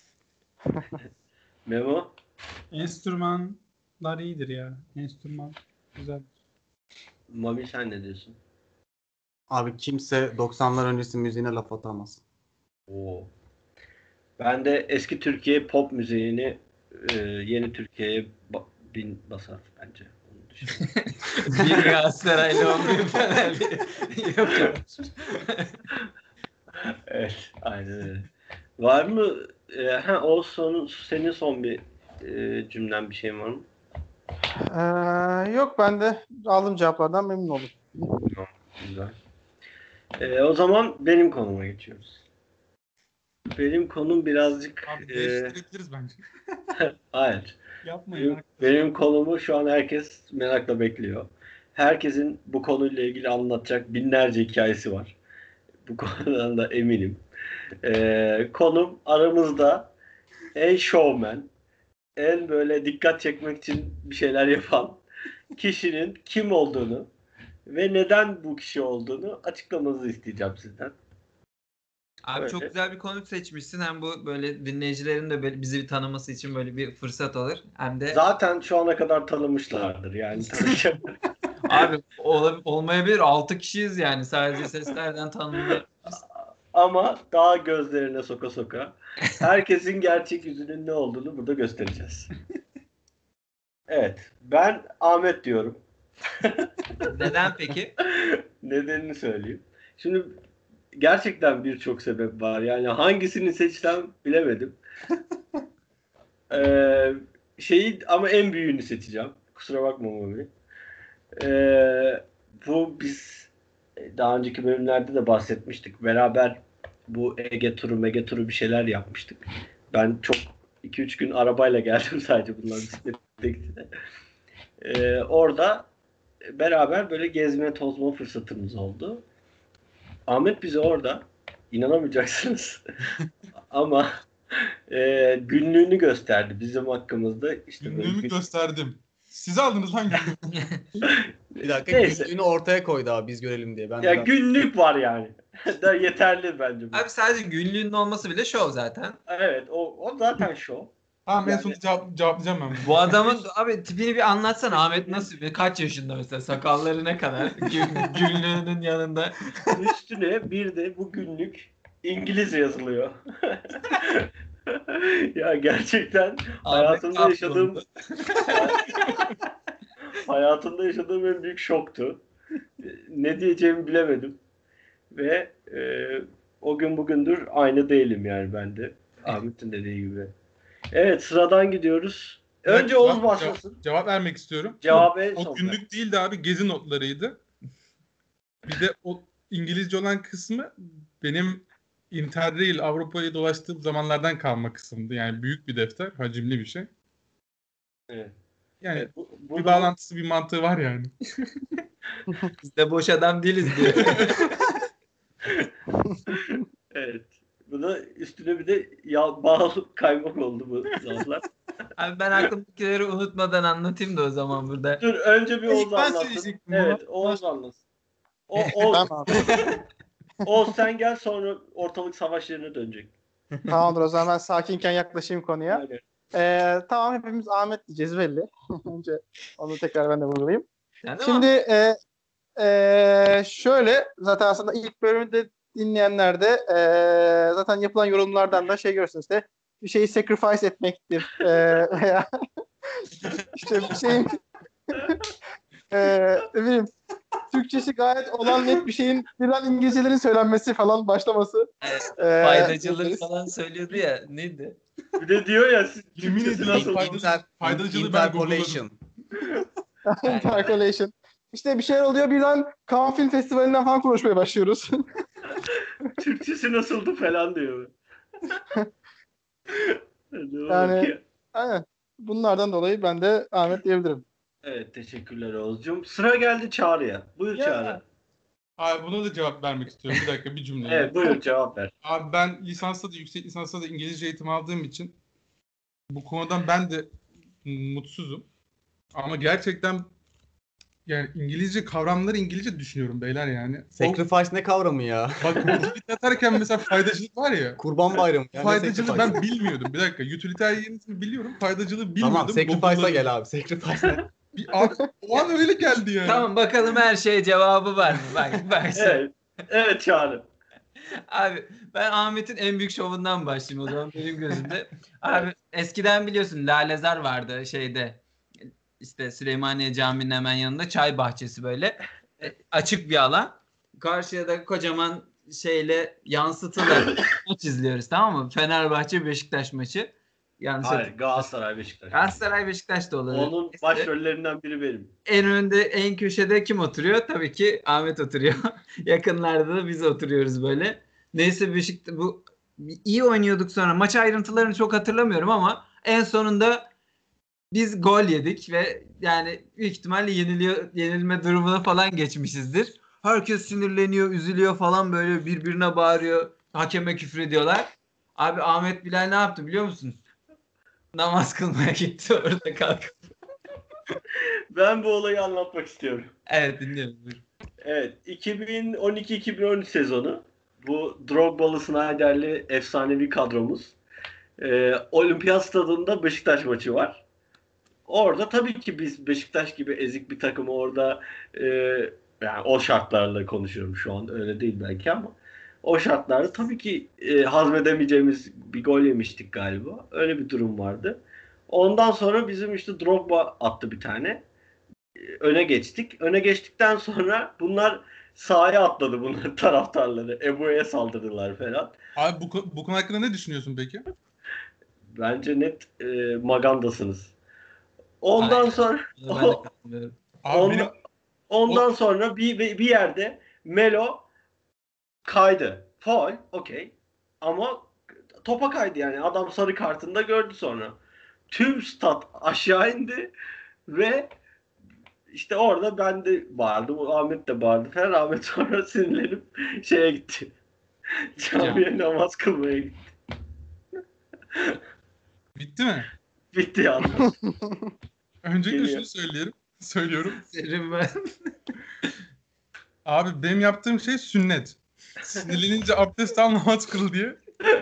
Memo. Enstrümanlar iyidir ya. Enstrüman güzel. Mami sen ne diyorsun? Abi kimse doksanlar öncesi müziğine laf atamaz. Oo. Ben de eski Türkiye pop müziğini e, yeni Türkiye'ye ba- bin basar bence. Onu düşünüyorum. Bir Galatasaraylı on bir Fenerli. Yok ya. Evet, aynen öyle. Var mı? E, ha, o son, senin son bir e, cümlen bir şeyin var mı? Ee, yok ben de aldığım cevaplardan memnun oldum. Güzel. E, o zaman benim konuma geçiyoruz. benim konum birazcık Abi e, değiştirebiliriz bence. hayır. Yapmayın Benim, arkadaşlar. benim konumu şu an herkes merakla bekliyor. Herkesin bu konuyla ilgili anlatacak binlerce hikayesi var. Bu konudan da eminim. Ee, konum aramızda en showman, en böyle dikkat çekmek için bir şeyler yapan kişinin kim olduğunu ve neden bu kişi olduğunu açıklamanızı isteyeceğim sizden. Abi Öyle. çok güzel bir konu seçmişsin. Hem bu böyle dinleyicilerin de böyle bizi bir tanıması için böyle bir fırsat olur. Hem de Zaten şu ana kadar tanımışlardır yani tanıyacaklar. abi ol- olmayabilir. altı kişiyiz yani. Sadece seslerden tanımlayabiliriz. Ama daha gözlerine soka soka herkesin gerçek yüzünün ne olduğunu burada göstereceğiz. Evet, ben Ahmet diyorum. Neden peki? Nedenini söyleyeyim. Şimdi gerçekten birçok sebep var. Yani hangisini seçsem bilemedim. Ee, şeyi ama en büyüğünü seçeceğim. Kusura bakma Mami. Ee, bu biz daha önceki bölümlerde de bahsetmiştik. Beraber bu Ege turu, Mege turu bir şeyler yapmıştık. Ben çok iki üç gün arabayla geldim sadece bunlar bisikletle. Ee, orada beraber böyle gezme tozma fırsatımız oldu. Ahmet bize orada inanamayacaksınız ama e, günlüğünü gösterdi bizim hakkımızda. İşte böyle Günlüğümü gün- gösterdim. Siz aldınız lan günlüğümü. Bir dakika Neyse. günlüğünü ortaya koydu abi biz görelim diye. Ben ya biraz- günlük var yani. da yeterli bence bu. Abi sadece günlüğünün olması bile şov zaten. Evet o, o zaten show. Tamam en Yani- sonunda cevap, cevaplayacağım ben. Bu adamın abi tipini bir anlatsana. Ahmet nasıl bir kaç yaşında mesela, sakalları ne kadar? Gün, günlüğünün yanında. Üstüne bir de bu günlük İngilizce yazılıyor. ya gerçekten hayatımda Ahmet yaşadığım Kaplan'da. hayatımda yaşadığım en büyük şoktu. Ne diyeceğimi bilemedim. Ve e, o gün bugündür aynı değilim yani ben de. Ahmet'in dediği gibi. Evet sıradan gidiyoruz. Önce Evet, Oğuz cevap- başlasın. Cevap, cevap vermek istiyorum. Cevabı en O son. günlük değildi abi, gezi notlarıydı. Bir de o İngilizce olan kısmı benim Interrail Avrupa'yı dolaştığım zamanlardan kalma kısımdı. Yani büyük bir defter, hacimli bir şey. Evet. Yani Evet, bu, bir bunu- bağlantısı, bir mantığı var yani. Biz de boş adam değiliz diyor. Evet. Bu da üstüne bir de ya, bal kaymak oldu bu zamanlar. Abi ben aklımdakileri unutmadan anlatayım da o zaman burada. Dur önce bir İlk Oğuz ben anlatsın. söyleyecektim Evet bunu. Oğuz anlatsın. O, Oğuz, Tamam. Oğuz sen gel sonra ortalık savaş yerine dönecek. Tamamdır o zaman ben sakinken yaklaşayım konuya. Aynen. Ee, tamam hepimiz Ahmet diyeceğiz belli. Önce onu tekrar ben de vurgulayayım. Sen de Şimdi mi? e, e, şöyle zaten aslında ilk bölümü de dinleyenler de e, zaten yapılan yorumlardan da şey görürsünüz işte bir şeyi sacrifice etmektir e, veya işte bir şeyin e, ne bileyim Türkçesi gayet olan net bir şeyin birden İngilizcelerin söylenmesi falan başlaması. E, Faydacılık deriz. falan söylüyordu ya. Neydi? Bir de diyor ya siz Yemin Türkçesi ediyorum nasıl? faydalı- Inter, faydacılığı ben interpolation. Intercolation. İşte bir şeyler oluyor birden Cannes Film Festivali'nden falan konuşmaya başlıyoruz. Türkçesi nasıldı falan diyor. Yani- Aynen. Bunlardan dolayı ben de Ahmet diyebilirim. Evet teşekkürler Oğuz'cum. Sıra geldi Çağrı'ya. Buyur Ya. Çağrı. Abi buna da cevap vermek istiyorum. Bir dakika, bir cümle. Evet buyur cevap ver. Abi ben lisansta da yüksek lisansta da İngilizce eğitim aldığım için bu konudan ben de mutsuzum. Ama gerçekten yani İngilizce kavramları İngilizce düşünüyorum beyler yani. O, Sacrifice ne kavramı ya? bak utility atarken mesela faydacılık var ya. Kurban bayramı. Yani Faydacılığı sacrifice? ben bilmiyordum. Bir dakika. Utilitarianizmi biliyorum. Faydacılığı bilmiyordum. Tamam sacrifice'a Google'ladım. gel abi. Sacrifice ne? Bir, abi, o an öyle geldi yani. Tamam bakalım her şeye cevabı var mı? Bak bak sen. Evet. Evet Çağrı. Abi ben Ahmet'in en büyük şovundan başlayayım o zaman benim gözümde. Abi eskiden biliyorsun Lalezar vardı şeyde. İşte Süleymaniye Camii'nin hemen yanında çay bahçesi böyle. E, açık bir alan. Karşıya da kocaman şeyle yansıtılı maç izliyoruz, tamam mı? Fenerbahçe Beşiktaş maçı. Yanlış Hayır hatırlamıyorum. Galatasaray Beşiktaş. Galatasaray Beşiktaş da olabilir. Onun Neyse. başrollerinden biri benim. En önde, en köşede kim oturuyor? Tabii ki Ahmet oturuyor. Yakınlarda da biz oturuyoruz böyle. Neyse Beşiktaş bu iyi oynuyorduk sonra. Maç ayrıntılarını çok hatırlamıyorum ama en sonunda biz gol yedik ve yani büyük ihtimalle yeniliyor, yenilme durumuna falan geçmişizdir. Herkes sinirleniyor, üzülüyor falan, böyle birbirine bağırıyor. Hakeme küfür ediyorlar. Abi Ahmet Bilal ne yaptı biliyor musun? Namaz kılmaya gitti orada kalkıp. Ben bu olayı anlatmak istiyorum. Evet, dinliyorum. Evet, iki bin on iki iki bin on üç sezonu. Bu Drogba'lı, Snyder'li efsanevi kadromuz. Ee, Olimpiyat Stadında Beşiktaş maçı var. Orada tabii ki biz Beşiktaş gibi ezik bir takımı orada e, yani o şartlarla konuşuyorum şu an, öyle değil belki ama o şartlarda tabii ki e, hazmedemeyeceğimiz bir gol yemiştik galiba. Öyle bir durum vardı. Ondan sonra bizim işte Drogba attı bir tane. E, öne geçtik. Öne geçtikten sonra bunlar sahaya atladı, bunlar taraftarları. Ebu'ya saldırdılar falan. Abi bu, ko- bu konu hakkında ne düşünüyorsun peki? Bence net e, magandasınız. Ondan Aynen. sonra Buna ben de katılıyorum. Abi Ondan, benim ondan sonra bir, bir bir yerde Melo kaydı. Faul, okey. Ama topa kaydı yani. Adam sarı kartında gördü sonra. Tüm stat aşağı indi ve işte orada ben de bağırdım. Ahmet de bağırdı falan. Ahmet sonra sinirlenip şeye gitti. Camiye namaz kılmaya gitti. bitti mi? Bitti yani. Öncelikle Geliyor. şunu söyleyelim. Söylüyorum. Serim ben. Abi benim yaptığım şey sünnet. Sinirlenince abdest al, namaz kıl diye.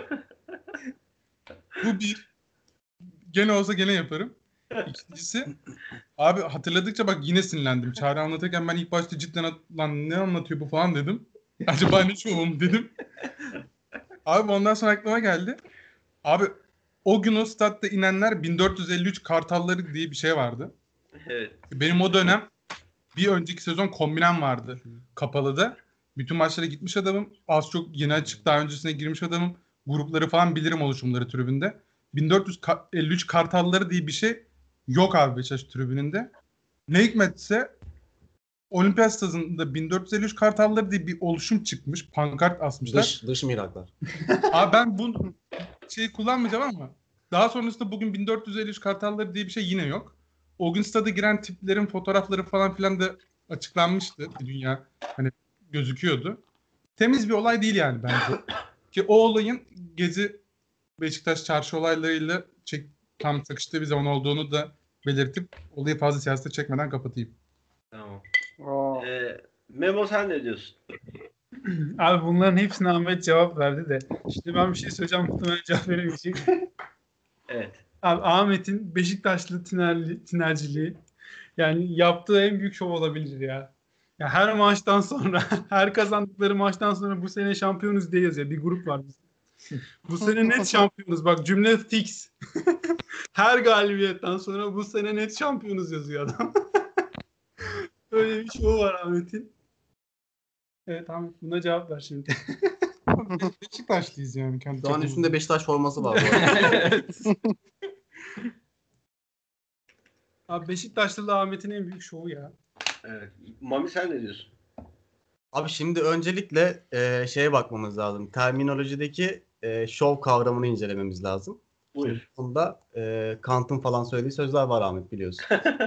Bu bir. Gene olsa gene yaparım. İkincisi, abi hatırladıkça bak yine sinirlendim. Çağrı anlatırken ben ilk başta cidden at- lan ne anlatıyor bu falan dedim. Acaba ne şovum dedim. Abi ondan sonra aklıma geldi. Abi o gün o statta inenler bin dört yüz elli üç Kartalları diye bir şey vardı. Evet. Benim o dönem bir önceki sezon kombinem vardı Kapalı'da. Bütün maçlara gitmiş adamım. Az çok yeni açık daha öncesine girmiş adamım. Grupları falan bilirim, oluşumları tribünde. bin dört yüz elli üç Kartalları diye bir şey yok abi Beşiktaş tribününde. Ne hikmetse Olimpiyat Stadında bin dört yüz elli üç Kartalları diye bir oluşum çıkmış. Pankart asmışlar. Dış, dış miraklar. Abi ben bu şeyi kullanmayacağım ama daha sonrasında bugün bin dört yüz elli üç Kartalları diye bir şey yine yok. O gün stada giren tiplerin fotoğrafları falan filan da açıklanmıştı. Bir dünya hani gözüküyordu. Temiz bir olay değil yani bence. Ki o olayın Gezi Beşiktaş çarşı olaylarıyla çek, tam takıştığı bir zaman olduğunu da belirtip olayı fazla siyasete çekmeden kapatayım. Tamam. Oo. Ee, Memo sen ne diyorsun? Abi bunların hepsine Ahmet cevap verdi de. Şimdi ben bir şey söyleyeceğim, muhtemelen cevap veremeyecek. Evet. Abi Ahmet'in Beşiktaşlı tinerli, tinerciliği yani yaptığı en büyük şov olabilir ya. Ya her maçtan sonra, her kazandıkları maçtan sonra bu sene şampiyonuz diye yazıyor. Bir grup var bizim. Bu sene net şampiyonuz. Bak cümle fix. Her galibiyetten sonra bu sene net şampiyonuz yazıyor adam. Öyle bir şov var Ahmet'in. Evet Ahmet, buna cevap ver şimdi. Beşiktaşlıyız yani kendi Şu an takımımız. üstünde Beşiktaş forması var bu arada. Abi Beşiktaşlı da Ahmet'in en büyük şovu ya. Evet. Mami sen ne diyorsun? Abi şimdi öncelikle e, şeye bakmamız lazım. Terminolojideki e, şov kavramını incelememiz lazım. Buyur. Bunda e, Kant'ın falan söylediği sözler var Ahmet, biliyorsun.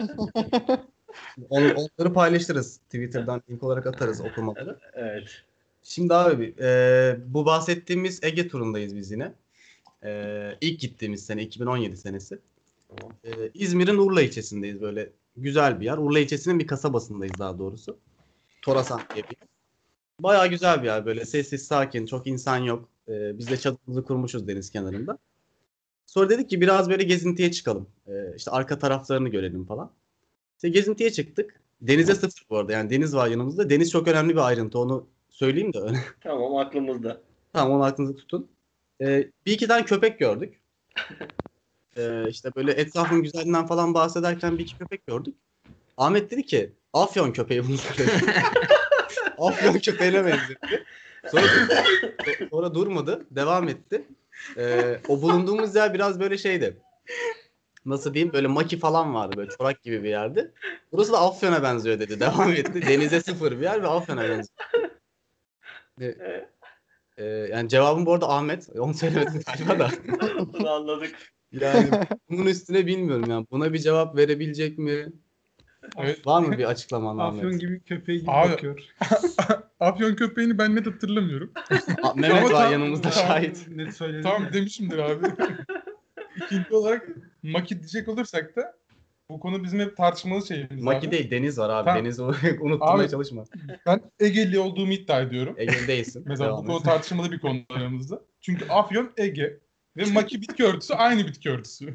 On, onları paylaşırız. Twitter'dan link olarak atarız okumaları. Evet. Şimdi abi e, bu bahsettiğimiz Ege turundayız biz yine. E, ilk gittiğimiz sene iki bin on yedi senesi. Tamam. E, İzmir'in Urla ilçesindeyiz, böyle güzel bir yer. Urla ilçesinin bir kasabasındayız daha doğrusu. Torasan diye bir yer. Bayağı güzel bir yer, böyle sessiz sakin, çok insan yok. E, biz de çadırımızı kurmuşuz deniz kenarında. Sonra dedik ki biraz böyle gezintiye çıkalım. E, işte arka taraflarını görelim falan. İşte gezintiye çıktık. Denize sıfır bu arada, yani deniz var yanımızda. Deniz çok önemli bir ayrıntı, onu söyleyeyim de. Tamam, aklımızda. Tamam, onu aklınızda tutun. Ee, bir iki tane köpek gördük. Ee, işte böyle etrafın güzelliğinden falan bahsederken bir iki köpek gördük. Ahmet dedi ki Afyon köpeği bunu söyledi. Afyon köpeğine benzetti. Sonra, sonra durmadı. Devam etti. Ee, o bulunduğumuz yer biraz böyle şeydi. Nasıl diyeyim, böyle maki falan vardı, böyle çorak gibi bir yerdi. Burası da Afyon'a benziyor dedi. Devam etti. Denize sıfır bir yer ve Afyon'a benziyor. Ee, Ee, yani cevabım bu arada Ahmet. Onu söylemedim galiba da. Bunu anladık. Yani bunun üstüne bilmiyorum yani. Buna bir cevap verebilecek mi? Evet. Var mı bir açıklaman Afyon Ahmet? gibi köpeği gibi Abi- bakıyor. Afyon köpeğini ben net hatırlamıyorum. Aa, Mehmet Ama var tam- yanımızda tam- şahit. Net söyledim. Tamam ya. demişimdir abi. İkinci olarak Maki diyecek olursak da bu konu bizim hep tartışmalı şeyimiz Maki abi. değil Deniz var abi. Tamam. Deniz'i unutturmaya Abi- çalışma. Ben Egeli olduğumu iddia ediyorum. Ege değilsin. Mesela bu Devam konu et. tartışmalı bir konu aramızda. Çünkü Afyon Ege ve Maki bitki örtüsü aynı bitki örtüsü.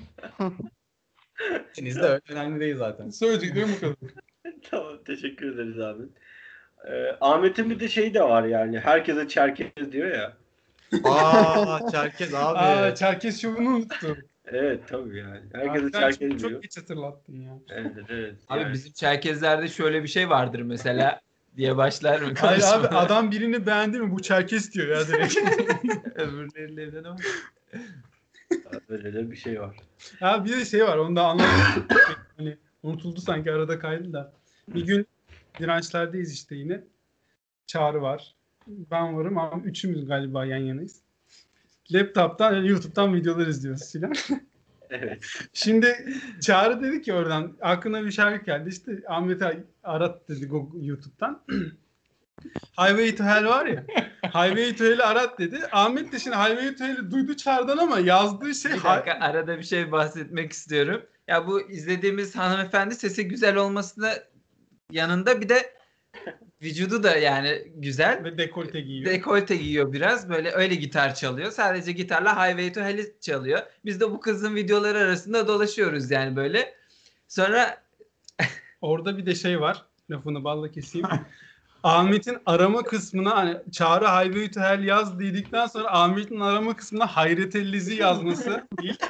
Deniz de öyle önemli değil zaten. Söyleyeceklerim bu kadar. Tamam, teşekkür ederiz abi. Ee, Ahmet'in bir de şeyi de var yani. Herkese Çerkez diyor ya. Aa Çerkez abi. Aa, Çerkez şovunu unuttum. Evet tabii yani. Herkese Abi sen Çerkez çok, diyor. çok geç hatırlattın ya. Evet evet. Abi yani. bizim Çerkezlerde şöyle bir şey vardır mesela diye başlar mı? Hayır konuşma? abi adam birini beğendi mi bu Çerkez diyor ya direkt. Öbürlerinden ama. Böyle de bir şey var. Ha bir de şey var onu da anlatayım. Hani unutuldu sanki arada kaydı da. Bir gün dirençlerdeyiz işte yine. Çağrı var. Ben varım ama üçümüz galiba yan yanayız. Laptop'tan yani YouTube'dan videolar izliyoruz filan. Evet. Şimdi Çağrı dedi ki oradan aklına bir şarkı geldi. İşte Ahmet'e arat dedi Google- YouTube'dan. Highway to Hell var ya. Highway to Hell'i arat dedi. Ahmet de şimdi Highway to Hell'i duydu Çağrı'dan ama yazdığı şey Bir dakika arada bir şey bahsetmek istiyorum. Ya bu izlediğimiz hanımefendi sesi güzel olmasına yanında bir de vücudu da yani güzel. ve dekolte giyiyor. Dekolte giyiyor biraz. Böyle öyle gitar çalıyor. Sadece gitarla Highway to Hell'i çalıyor. Biz de bu kızın videoları arasında dolaşıyoruz yani böyle. Sonra Orada bir de şey var. Lafını balla keseyim. Ahmet'in arama kısmına hani Çağrı Highway to Hell yaz dedikten sonra Ahmet'in arama kısmına Hayret Ellezi yazması ilk.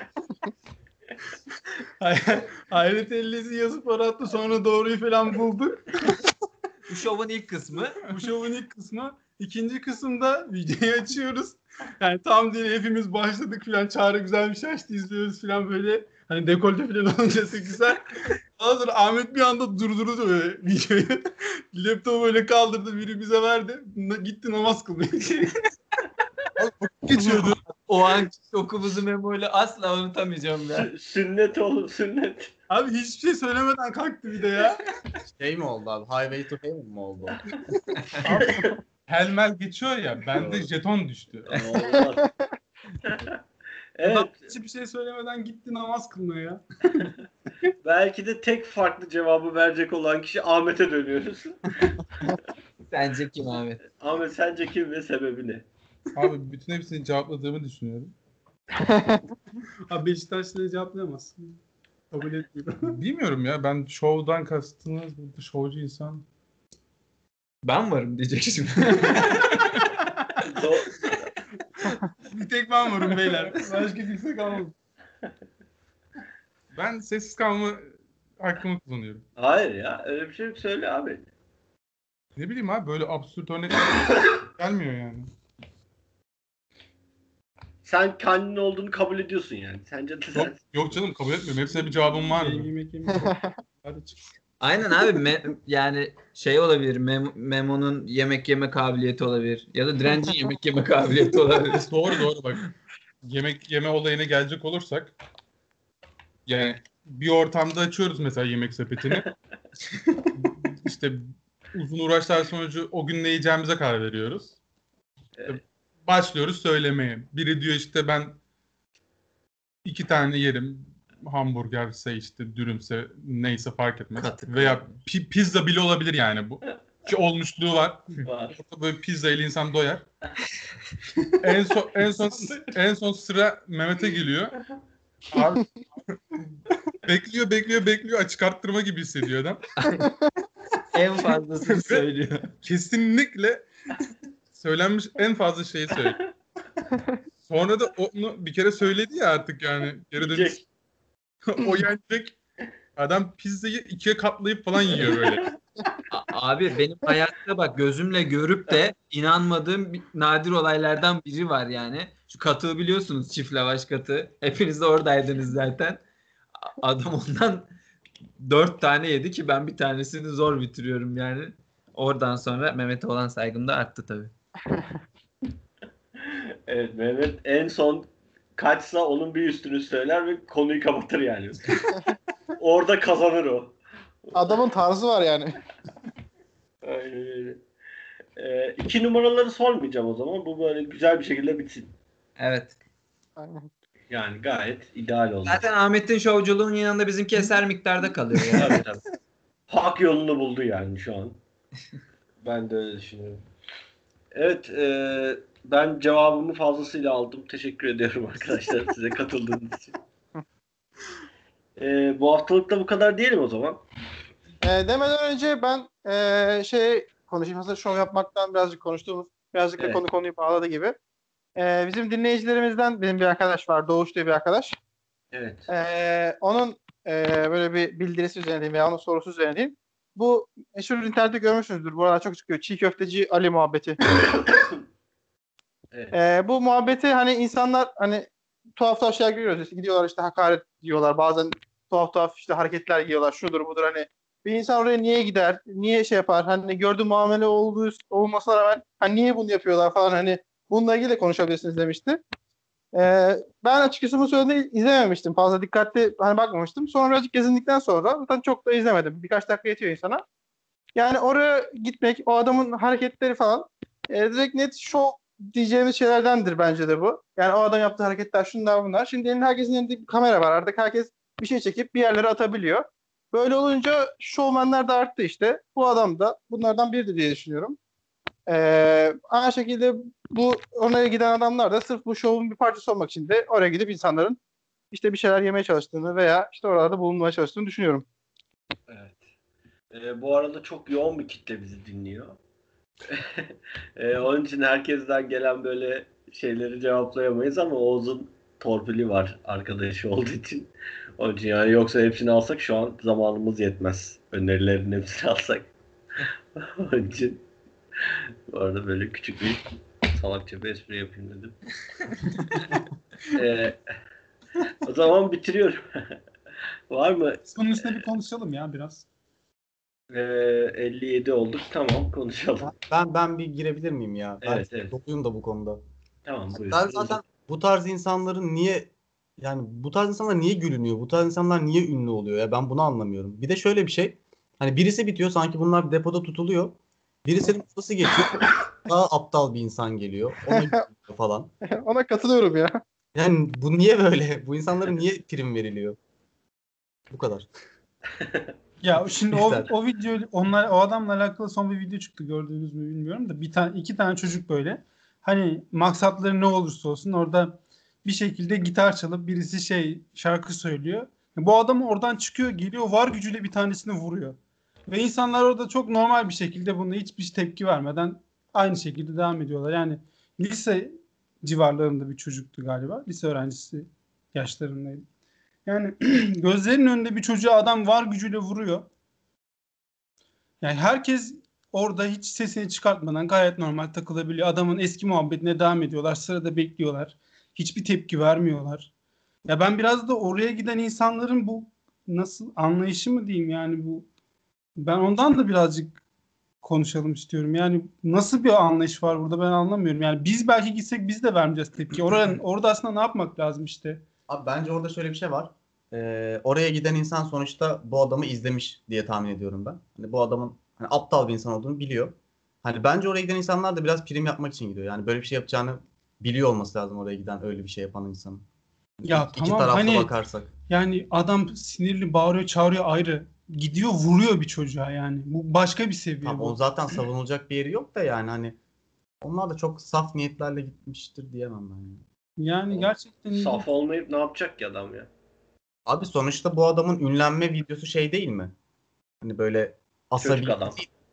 Hay- Hayret Ellezi yazıp arattı sonra doğruyu falan bulduk. bu şovun ilk kısmı. Bu şovun ilk kısmı. İkinci kısımda videoyu açıyoruz. Yani tam değil hepimiz başladık falan. Çağrı güzel bir şey açtı izliyoruz falan böyle. Hani dekolte falan olunca güzel. Ondan sonra Ahmet bir anda durdurdu böyle videoyu. Laptopu böyle kaldırdı biri bize verdi. Na- Gitti namaz kılmaya. Geçiyordu. O an şokumuzu Memo'yla asla unutamayacağım ben. Sü- sünnet oğlum sünnet. Abi hiçbir şey söylemeden kalktı bir de ya. Şey mi oldu abi? Highway to Heaven mi oldu? Helmel geçiyor ya bende jeton düştü. Allah. Evet. Adam hiçbir şey söylemeden gitti namaz kılmaya ya. Belki de tek farklı cevabı verecek olan kişi Ahmet'e dönüyoruz. Sence kim Ahmet? Ahmet sence kim ve sebebi ne? Abi bütün hepsini cevapladığımı düşünüyorum. Abi Beşiktaşlı'ya cevaplayamazsın. Kabul etmiyorum. Bilmiyorum ya ben şovdan kastınız burada şovcu insan. Ben varım diyecek şimdi. Do- Bir tek ben varım beyler. Başka kimse kalmadı. Ben sessiz kalma hakkımı kullanıyorum. Hayır ya öyle bir şey yok söyle abi. Ne bileyim abi böyle absürt örnek gelmiyor yani. Sen kendin olduğunu kabul ediyorsun yani. Sence de Yok, sen. yok canım kabul etmiyorum. Hepsine bir cevabım var Benim mı? yemek yemek. Hadi çık. Aynen abi me- yani şey olabilir Mem- Memo'nun yemek yeme kabiliyeti olabilir ya da Direncin yemek yeme kabiliyeti olabilir. Doğru doğru bak. Yemek yeme olayına gelecek olursak yani bir ortamda açıyoruz mesela yemek sepetini. İşte uzun uğraşlar sonucu o gün ne yiyeceğimize karar veriyoruz. Evet. Başlıyoruz söylemeye. Biri diyor işte ben iki tane yerim. Hamburgerse işte dürümse neyse fark etmez. Katı Veya kaldı. pi- pizza bile olabilir yani bu. Ki olmuşluğu var. Var. Orada böyle pizza ile insan doyar. en son en son en son sıra Mehmet'e geliyor. Abi, bekliyor bekliyor bekliyor açık arttırma gibi hissediyor adam. En fazlasını söylüyor. Kesinlikle söylenmiş en fazla şeyi söylüyor. Sonra da onu bir kere söyledi ya artık yani geri dönüş. Yiyecek. O yenecek. Adam pizzayı ikiye katlayıp falan yiyor böyle. A- Abi benim hayatta bak gözümle görüp de inanmadığım bir- nadir olaylardan biri var yani. Şu katığı biliyorsunuz çift lavaş katığı. Hepiniz de oradaydınız zaten. A- Adam ondan dört tane yedi ki ben bir tanesini zor bitiriyorum yani. Oradan sonra Mehmet'e olan saygım da arttı tabii. Evet, Mehmet en son kaçsa onun bir üstünü söyler ve konuyu kapatır yani. Orada kazanır o. Adamın tarzı var yani. Aynen öyle. Ee, iki numaraları sormayacağım o zaman. Bu böyle güzel bir şekilde bitsin. Evet. Aynen. Yani gayet ideal oldu. Zaten Ahmet'in şovculuğun yanında bizimki eser miktarda kalıyor yani. Tabii tabii. Hak yolunu buldu yani şu an. Ben de öyle düşünüyorum. Evet, e, ben cevabımı fazlasıyla aldım. Teşekkür ediyorum arkadaşlar size katıldığınız için. E, bu haftalık da bu kadar diyelim o zaman. E, demeden önce ben e, şey konuşayım. Hazır şov yapmaktan birazcık konuştuğumuz, birazcık da Evet. konu konuyu bağladı gibi. E, bizim dinleyicilerimizden benim bir arkadaş var. Doğuş diye bir arkadaş. Evet. E, onun e, böyle bir bildirisi üzerine diyeyim veya onun sorusu üzerine diyeyim. Bu meşhur internette görmüşsünüzdür. Bu aralar çok çıkıyor. Çiğ köfteci Ali muhabbeti. Evet. E, bu muhabbeti hani insanlar hani tuhaf tuhaf şeyler görüyoruz. İşte gidiyorlar işte hakaret diyorlar. Bazen tuhaf tuhaf işte hareketler yiyorlar. Şudur budur hani. Bir insan oraya niye gider? Niye şey yapar? Hani gördüğü muamele olduğu olmasına rağmen hani niye bunu yapıyorlar falan hani bununla ilgili de konuşabilirsiniz demişti. Ee, ben açıkçası bu sözde izlememiştim. Fazla dikkatli hani bakmamıştım. Sonra birazcık gezindikten sonra zaten çok da izlemedim. Birkaç dakika yetiyor insana. Yani oraya gitmek, o adamın hareketleri falan e, direkt net şov diyeceğimiz şeylerdendir bence de bu. Yani o adam yaptığı hareketler şunlar bunlar. Şimdi elinde herkesin elinde bir kamera var. Artık herkes bir şey çekip bir yerlere atabiliyor. Böyle olunca şovmenler de arttı işte. Bu adam da bunlardan biridir diye düşünüyorum. Ee, aynı şekilde bu oraya giden adamlar da sırf bu şovun bir parçası olmak için de oraya gidip insanların işte bir şeyler yemeye çalıştığını veya işte oralarda bulunmaya çalıştığını düşünüyorum. Evet. E, bu arada çok yoğun bir kitle bizi dinliyor. e, onun için herkesten gelen böyle şeyleri cevaplayamayız ama Oğuz'un torpili var arkadaşı olduğu için. Onun için yani yoksa hepsini alsak şu an zamanımız yetmez. Önerilerin hepsini alsak. Onun için bu arada böyle küçük bir salakça bir espri yapayım dedim. e, o zaman bitiriyorum. Var mı? Bunun üstüne bir konuşalım ya biraz. E, elli yedi olduk. Tamam konuşalım. Ben ben bir girebilir miyim ya? Ben Evet evet. doluyum da bu konuda. Tamam buyur. Ben zaten bu tarz insanların niye yani bu tarz insanlar niye gülünüyor? Bu tarz insanlar niye ünlü oluyor ya? Ben bunu anlamıyorum. Bir de şöyle bir şey. Hani birisi bitiyor sanki bunlar bir depoda tutuluyor. Birisinin ustası geçiyor. Daha aptal bir insan geliyor. Ona gülüyor falan. Ona katılıyorum ya. Yani bu niye böyle? Bu insanlara niye prim veriliyor? Bu kadar. Ya şimdi o, Yeter. o video onlar o adamla alakalı son bir video çıktı, gördünüz mü bilmiyorum da bir tane iki tane çocuk böyle hani maksatları ne olursa olsun orada bir şekilde gitar çalıp birisi şey şarkı söylüyor. Bu adam oradan çıkıyor, geliyor, var gücüyle bir tanesini vuruyor. Ve insanlar orada çok normal bir şekilde buna hiçbir tepki vermeden aynı şekilde devam ediyorlar. Yani lise civarlarında bir çocuktu galiba. Lise öğrencisi yaşlarındaydı. Yani gözlerinin önünde bir çocuğa adam var gücüyle vuruyor. Yani herkes orada hiç sesini çıkartmadan gayet normal takılabiliyor. Adamın eski muhabbetine devam ediyorlar. Sırada bekliyorlar. Hiçbir tepki vermiyorlar. Ya ben biraz da oraya giden insanların bu nasıl anlayışı mı diyeyim yani bu ben ondan da birazcık konuşalım istiyorum. Yani nasıl bir anlayış var burada ben anlamıyorum. Yani biz belki gitsek biz de vermeyeceğiz tepki. Orada, orada aslında ne yapmak lazım işte? Abi bence orada şöyle bir şey var. Ee, oraya giden insan sonuçta bu adamı izlemiş diye tahmin ediyorum ben. Hani bu adamın hani aptal bir insan olduğunu biliyor. Hani bence oraya giden insanlar da biraz prim yapmak için gidiyor. Yani böyle bir şey yapacağını biliyor olması lazım oraya giden öyle bir şey yapan insanın. Ya İki, iki tamam taraflı hani bakarsak. yani adam sinirli bağırıyor çağırıyor ayrı. Gidiyor vuruyor bir çocuğa yani. Bu başka bir seviye Tamam, o bu. zaten savunulacak bir yeri yok da yani hani onlar da çok saf niyetlerle gitmiştir diyemem ben yani. Yani Oğlum, gerçekten ilginç. saf olmayıp ne yapacak ki adam ya? Abi sonuçta bu adamın ünlenme videosu şey değil mi? Hani böyle Çocuk asabi adam.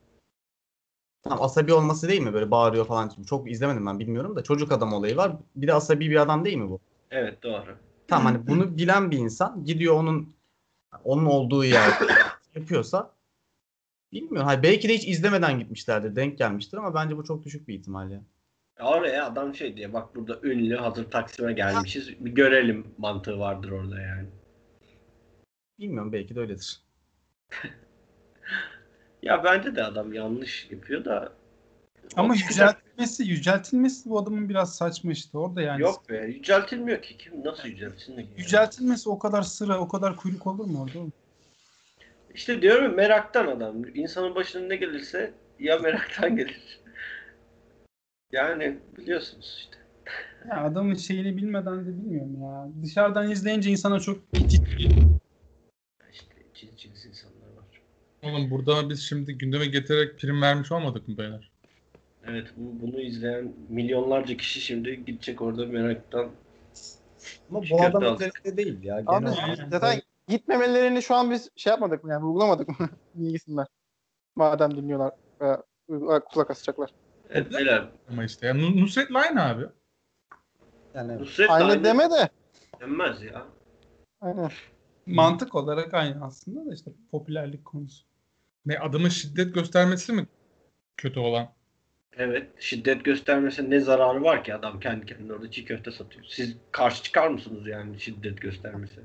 Tamam, asabi olması değil mi? Böyle bağırıyor falan. Çok izlemedim ben bilmiyorum da çocuk adam olayı var. Bir de asabi bir adam değil mi bu? Evet doğru. Tamam hani bunu bilen bir insan gidiyor onun onun olduğu yerde yapıyorsa bilmiyorum. Hani belki de hiç izlemeden gitmişlerdir. Denk gelmiştir ama bence bu çok düşük bir ihtimal ya. Ya oraya adam şey diye bak burada ünlü hazır Taksim'e gelmişiz bir görelim mantığı vardır orada yani. Bilmiyorum belki de öyledir. Ya bence de adam yanlış yapıyor da Ama çıkacak. yüceltilmesi, yüceltilmesi bu adamın biraz saçma işte. Orada yani. Yok be, yüceltilmiyor ki. Kim nasıl yüceltilsin ki? Yüceltilmesi o kadar sıra, o kadar kuyruk olur mu orada oğlum? İşte diyorum ya, meraktan adam. İnsanın başına ne gelirse ya meraktan gelir. Yani biliyorsunuz işte. Ya adamın şeyini bilmeden de bilmiyorum ya. Dışarıdan izleyince insana çok itici geliyor. İşte cins cins insanlar var. Oğlum burada biz şimdi gündeme getirerek prim vermiş olmadık mı beyler? Evet, bu, bunu izleyen milyonlarca kişi şimdi gidecek orada meraktan. Ama Hiç bu köfte adam aldık. üzerinde değil ya. Abi Genel biz olarak zaten gitmemelerini şu an biz şey yapmadık mı yani uygulamadık mı? Niye gitsinler? Madem dinliyorlar veya uygula- kulak asacaklar. Evet beyler, Ama işte ya Nu- Nusret Line abi. yani Nusret de Aynı, aynı deme de. denmez ya. Aynen. Mantık olarak aynı aslında da işte popülerlik konusu. Ne adamın şiddet göstermesi mi kötü olan? Evet, şiddet göstermese ne zararı var ki, adam kendi kendine orada çiğ köfte satıyor. Siz karşı çıkar mısınız yani şiddet göstermese?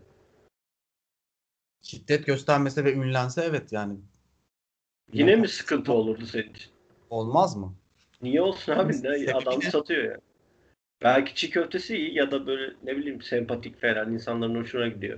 şiddet göstermese ve ünlense evet yani. Yine mi sıkıntı olurdu senin için? Olmaz mı? Niye olsun abi, ne Sebebi adam ne? satıyor ya. Belki çiğ köftesi iyi ya da böyle ne bileyim sempatik falan, insanların hoşuna gidiyor.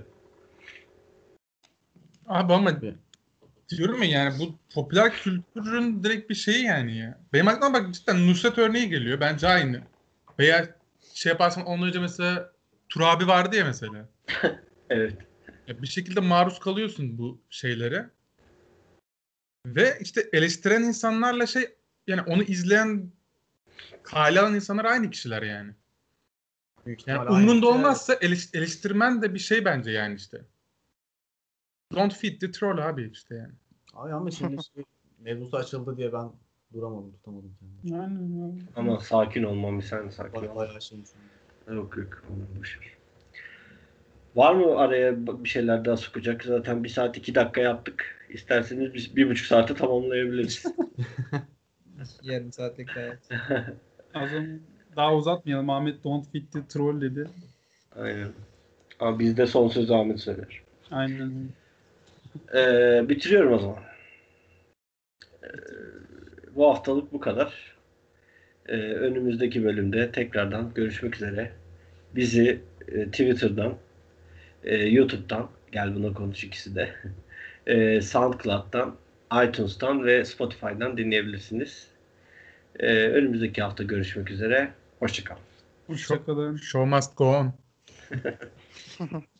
Abi ama diyorum ya yani bu popüler kültürün direkt bir şeyi yani ya. Benim aklıma bak cidden Nusret örneği geliyor. Bence aynı. Veya şey yaparsan ondan önce mesela Turabi vardı ya mesela. Evet. Ya bir şekilde maruz kalıyorsun bu şeylere. Ve işte eleştiren insanlarla şey yani onu izleyen kale alan insanlar aynı kişiler yani. Büyük Yani ihtimal aynı umrunda kişi, olmazsa eleş- eleştirmen de bir şey bence yani işte. Don't feed the troll abi işte yani. Abi ama şimdi işte mevzusu açıldı diye ben duramadım, tutamadım kendimi. Yani, yani. Ama sakin olmam, bir sen sakin Bayağı ol. bayağı şeyim şu an. Yok yok, onu boş ver. Var mı araya bir şeyler daha sokacak? Zaten bir saat iki dakika yaptık. İsterseniz biz bir buçuk saate tamamlayabiliriz. Yarım saatlik daha. O zaman daha uzatmayalım. Ahmet don't fit the troll dedi. Aynen. Ama bizde son sözü Ahmet söyler. Aynen öyle. Ee, bitiriyorum o zaman. Ee, bu haftalık bu kadar. Ee, önümüzdeki bölümde tekrardan görüşmek üzere. Bizi e, Twitter'dan, e, YouTube'dan, gel buna konuş ikisi de, e, SoundCloud'dan, iTunes'tan ve Spotify'dan dinleyebilirsiniz. E, önümüzdeki hafta görüşmek üzere. Hoşçakalın. Hoşçakalın. Show must go on.